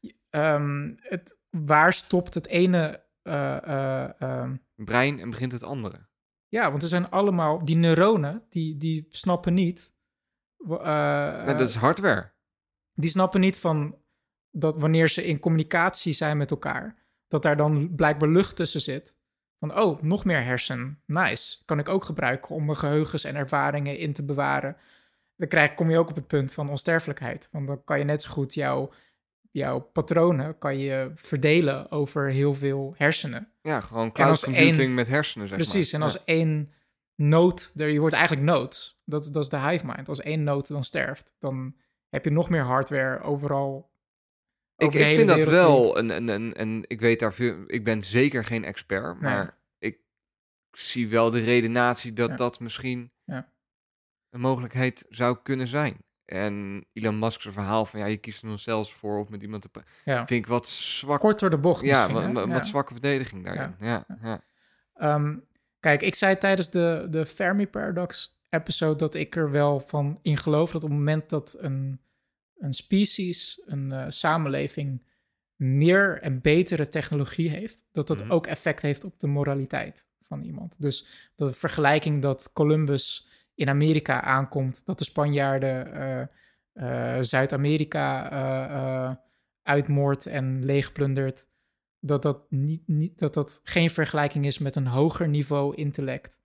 Um, het, waar stopt het ene... Uh, uh, um... brein en begint het andere. Ja, want er zijn allemaal... Die neuronen, die, die snappen niet... Uh, nou, dat is hardware. Die snappen niet van... dat wanneer ze in communicatie zijn met elkaar... dat daar dan blijkbaar lucht tussen zit. Van, oh, nog meer hersen. Nice. Kan ik ook gebruiken om mijn geheugens en ervaringen in te bewaren. Dan krijg, kom je ook op het punt van onsterfelijkheid. Want dan kan je net zo goed jouw, jouw patronen... kan je verdelen over heel veel hersenen. Ja, gewoon cloud computing één, met hersenen, zeg precies, maar. en als ja. één nood... Je wordt eigenlijk nodes. Dat, dat is de hive mind. Als één nood dan sterft, dan heb je nog meer hardware overal... Ik, ik vind dat wel, en, en, en, en ik weet daar veel, ik ben zeker geen expert, maar nee. ik zie wel de redenatie dat ja. dat misschien ja. een mogelijkheid zou kunnen zijn. En Elon Musk's verhaal van ja, je kiest er nog zelfs voor of met iemand te praten, ja. vind ik wat zwak. Kort door de bocht ja, misschien. Wat, ja, wat zwakke verdediging daarin. Ja. Ja. Ja. Ja. Um, kijk, ik zei tijdens de, de Fermi Paradox episode dat ik er wel van in geloof dat op het moment dat een een species, een uh, samenleving meer en betere technologie heeft, dat dat mm-hmm. ook effect heeft op de moraliteit van iemand. Dus de vergelijking dat Columbus in Amerika aankomt, dat de Spanjaarden uh, uh, Zuid-Amerika uh, uh, uitmoordt en leegplundert, dat dat, niet, niet, dat dat geen vergelijking is met een hoger niveau intellect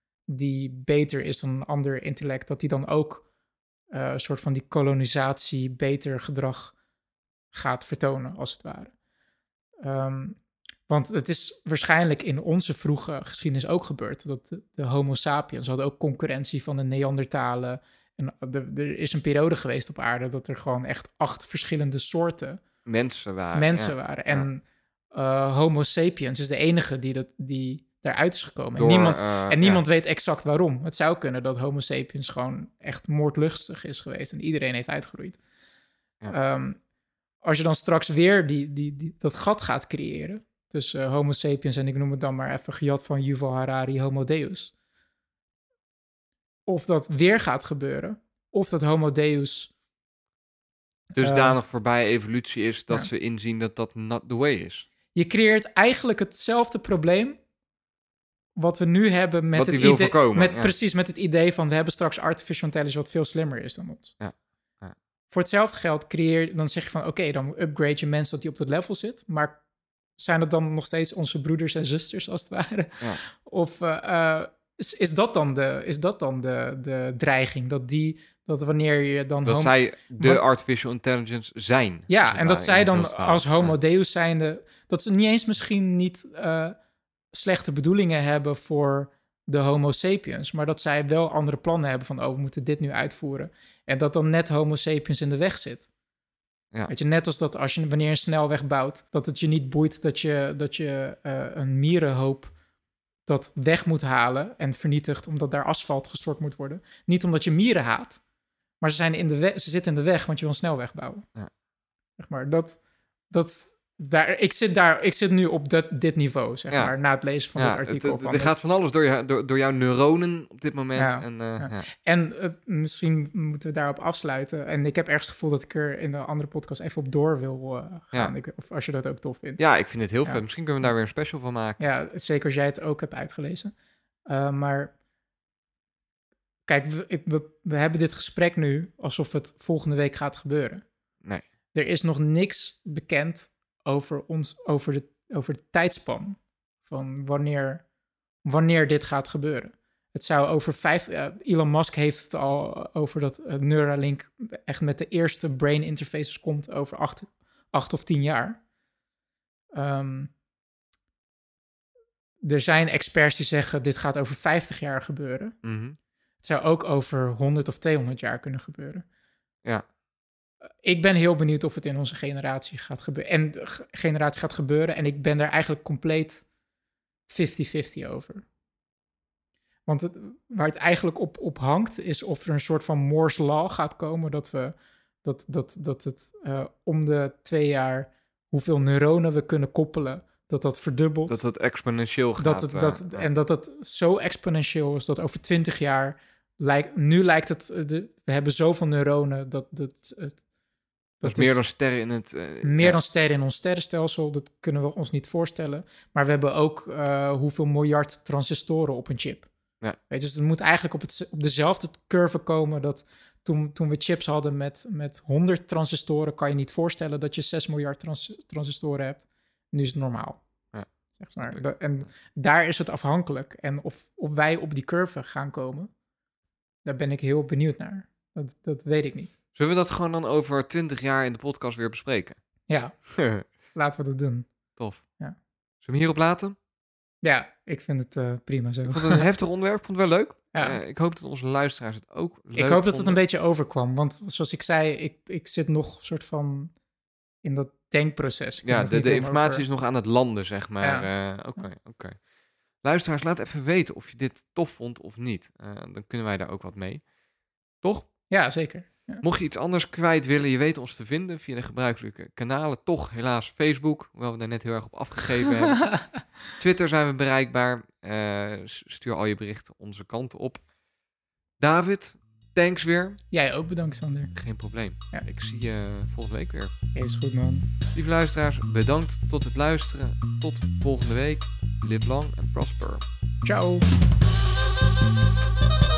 die beter is dan een ander intellect, dat die dan ook Uh, een soort van die kolonisatie, beter gedrag gaat vertonen, als het ware. Um, want het is waarschijnlijk in onze vroege geschiedenis ook gebeurd, dat de, de Homo sapiens hadden ook concurrentie van de Neandertalen. En de, er is een periode geweest op aarde dat er gewoon echt acht verschillende soorten mensen waren. Mensen ja. waren. En ja. uh, Homo sapiens is de enige die dat... die daaruit is gekomen. Door, en niemand, uh, en niemand ja. weet exact waarom. Het zou kunnen dat Homo sapiens gewoon echt moordlustig is geweest en iedereen heeft uitgeroeid. Ja. Um, als je dan straks weer die, die, die, dat gat gaat creëren tussen uh, Homo sapiens en ik noem het dan maar even gejat van Yuval Harari, Homo Deus. Of dat weer gaat gebeuren, of dat Homo Deus dusdanig uh, voorbij evolutie is dat ja. ze inzien dat dat not the way is. Je creëert eigenlijk hetzelfde probleem wat we nu hebben met wat het die wil idee, voorkomen. met, Ja. Precies, met het idee van we hebben straks artificial intelligence wat veel slimmer is dan ons. Ja. Ja. Voor hetzelfde geld creëer dan zeg je van oké, okay, dan upgrade je mensen dat die op dat level zit, maar zijn dat dan nog steeds onze broeders en zusters als het ware? Ja. Of uh, uh, is, is dat dan de, is dat dan de, de dreiging dat die dat wanneer je dan dat homo- zij de maar, artificial intelligence zijn. Ja, en dat zij dan als homo ja. deus zijnde dat ze niet eens misschien niet uh, slechte bedoelingen hebben voor de homo sapiens, maar dat zij wel andere plannen hebben van oh, we moeten dit nu uitvoeren. En dat dan net homo sapiens in de weg zit. Ja. Weet je, net als dat als je wanneer je een snelweg bouwt, dat het je niet boeit dat je, dat je uh, een mierenhoop dat weg moet halen en vernietigt omdat daar asfalt gestort moet worden. Niet omdat je mieren haat, maar ze, zijn in de we- ze zitten in de weg, want je wil een snelweg bouwen. Ja. Zeg maar, dat, dat, daar, ik, zit daar, ik zit nu op dat, dit niveau, zeg ja. maar, na het lezen van ja, dit artikel. Het, het, er gaat van alles door, je, door, door jouw neuronen op dit moment. Ja. En, uh, ja. Ja. en uh, misschien moeten we daarop afsluiten. En ik heb ergens het gevoel dat ik er in de andere podcast even op door wil uh, gaan. Ja. Ik, of als je dat ook tof vindt. Ja, ik vind het heel ja. vet. Misschien kunnen we daar weer een special van maken. Ja, zeker als jij het ook hebt uitgelezen. Uh, maar kijk, we, ik, we, we hebben dit gesprek nu alsof het volgende week gaat gebeuren. Nee. Er is nog niks bekend over ons, over de, over de tijdspan van wanneer, wanneer dit gaat gebeuren. Het zou over vijf... Uh, Elon Musk heeft het al over dat uh, Neuralink echt met de eerste brain interfaces komt over acht, acht of tien jaar. Um, er zijn experts die zeggen dit gaat over vijftig jaar gebeuren. Mm-hmm. Het zou ook over honderd of tweehonderd jaar kunnen gebeuren. Ja. Ik ben heel benieuwd of het in onze generatie gaat gebeuren. En de g- generatie gaat gebeuren. En ik ben daar eigenlijk compleet fifty-fifty over. Want het, waar het eigenlijk op, op hangt, is of er een soort van Moore's Law gaat komen. Dat we dat, dat, dat het uh, om de twee jaar hoeveel neuronen we kunnen koppelen, dat dat verdubbelt. Dat het exponentieel gaat. Dat het, dat, uh, en dat het zo exponentieel is dat over twintig jaar... Lijkt, nu lijkt het... De, we hebben zoveel neuronen dat... dat het, dat, dat is meer dan sterren in het... Uh, meer ja. dan sterren in ons sterrenstelsel. Dat kunnen we ons niet voorstellen. Maar we hebben ook uh, hoeveel miljard transistoren op een chip. Ja. Weet je, dus het moet eigenlijk op, het, op dezelfde curve komen... dat toen, toen we chips hadden met, met honderd transistoren... kan je niet voorstellen dat je zes miljard trans, transistoren hebt. Nu is het normaal. Ja. Zeg maar. En daar is het afhankelijk. En of, of wij op die curve gaan komen... Daar ben ik heel benieuwd naar. Dat, dat weet ik niet. Zullen we dat gewoon dan over twintig jaar in de podcast weer bespreken? Ja, laten we dat doen. Tof. Ja. Zullen we hem hierop laten? Ja, ik vind het uh, prima zo. Ik vond het een heftig onderwerp, ik vond het wel leuk. Ja. Uh, ik hoop dat onze luisteraars het ook leuk Ik hoop dat vonden. het een beetje overkwam. Want zoals ik zei, ik, ik zit nog soort van in dat denkproces. Ik ja, de, de informatie over... is nog aan het landen, zeg maar. Oké, ja. uh, oké. Okay, okay. Luisteraars, laat even weten of je dit tof vond of niet. Uh, dan kunnen wij daar ook wat mee. Toch? Ja, zeker. Ja. Mocht je iets anders kwijt willen, je weet ons te vinden via de gebruikelijke kanalen. Toch helaas Facebook, hoewel we daar net heel erg op afgegeven hebben. Twitter zijn we bereikbaar. Uh, stuur al je berichten onze kant op. David, thanks weer. Jij ook bedankt, Sander. Geen probleem. Ja. Ik zie je volgende week weer. Is goed, man. Lieve luisteraars, bedankt tot het luisteren. Tot volgende week. Live long and prosper. Ciao.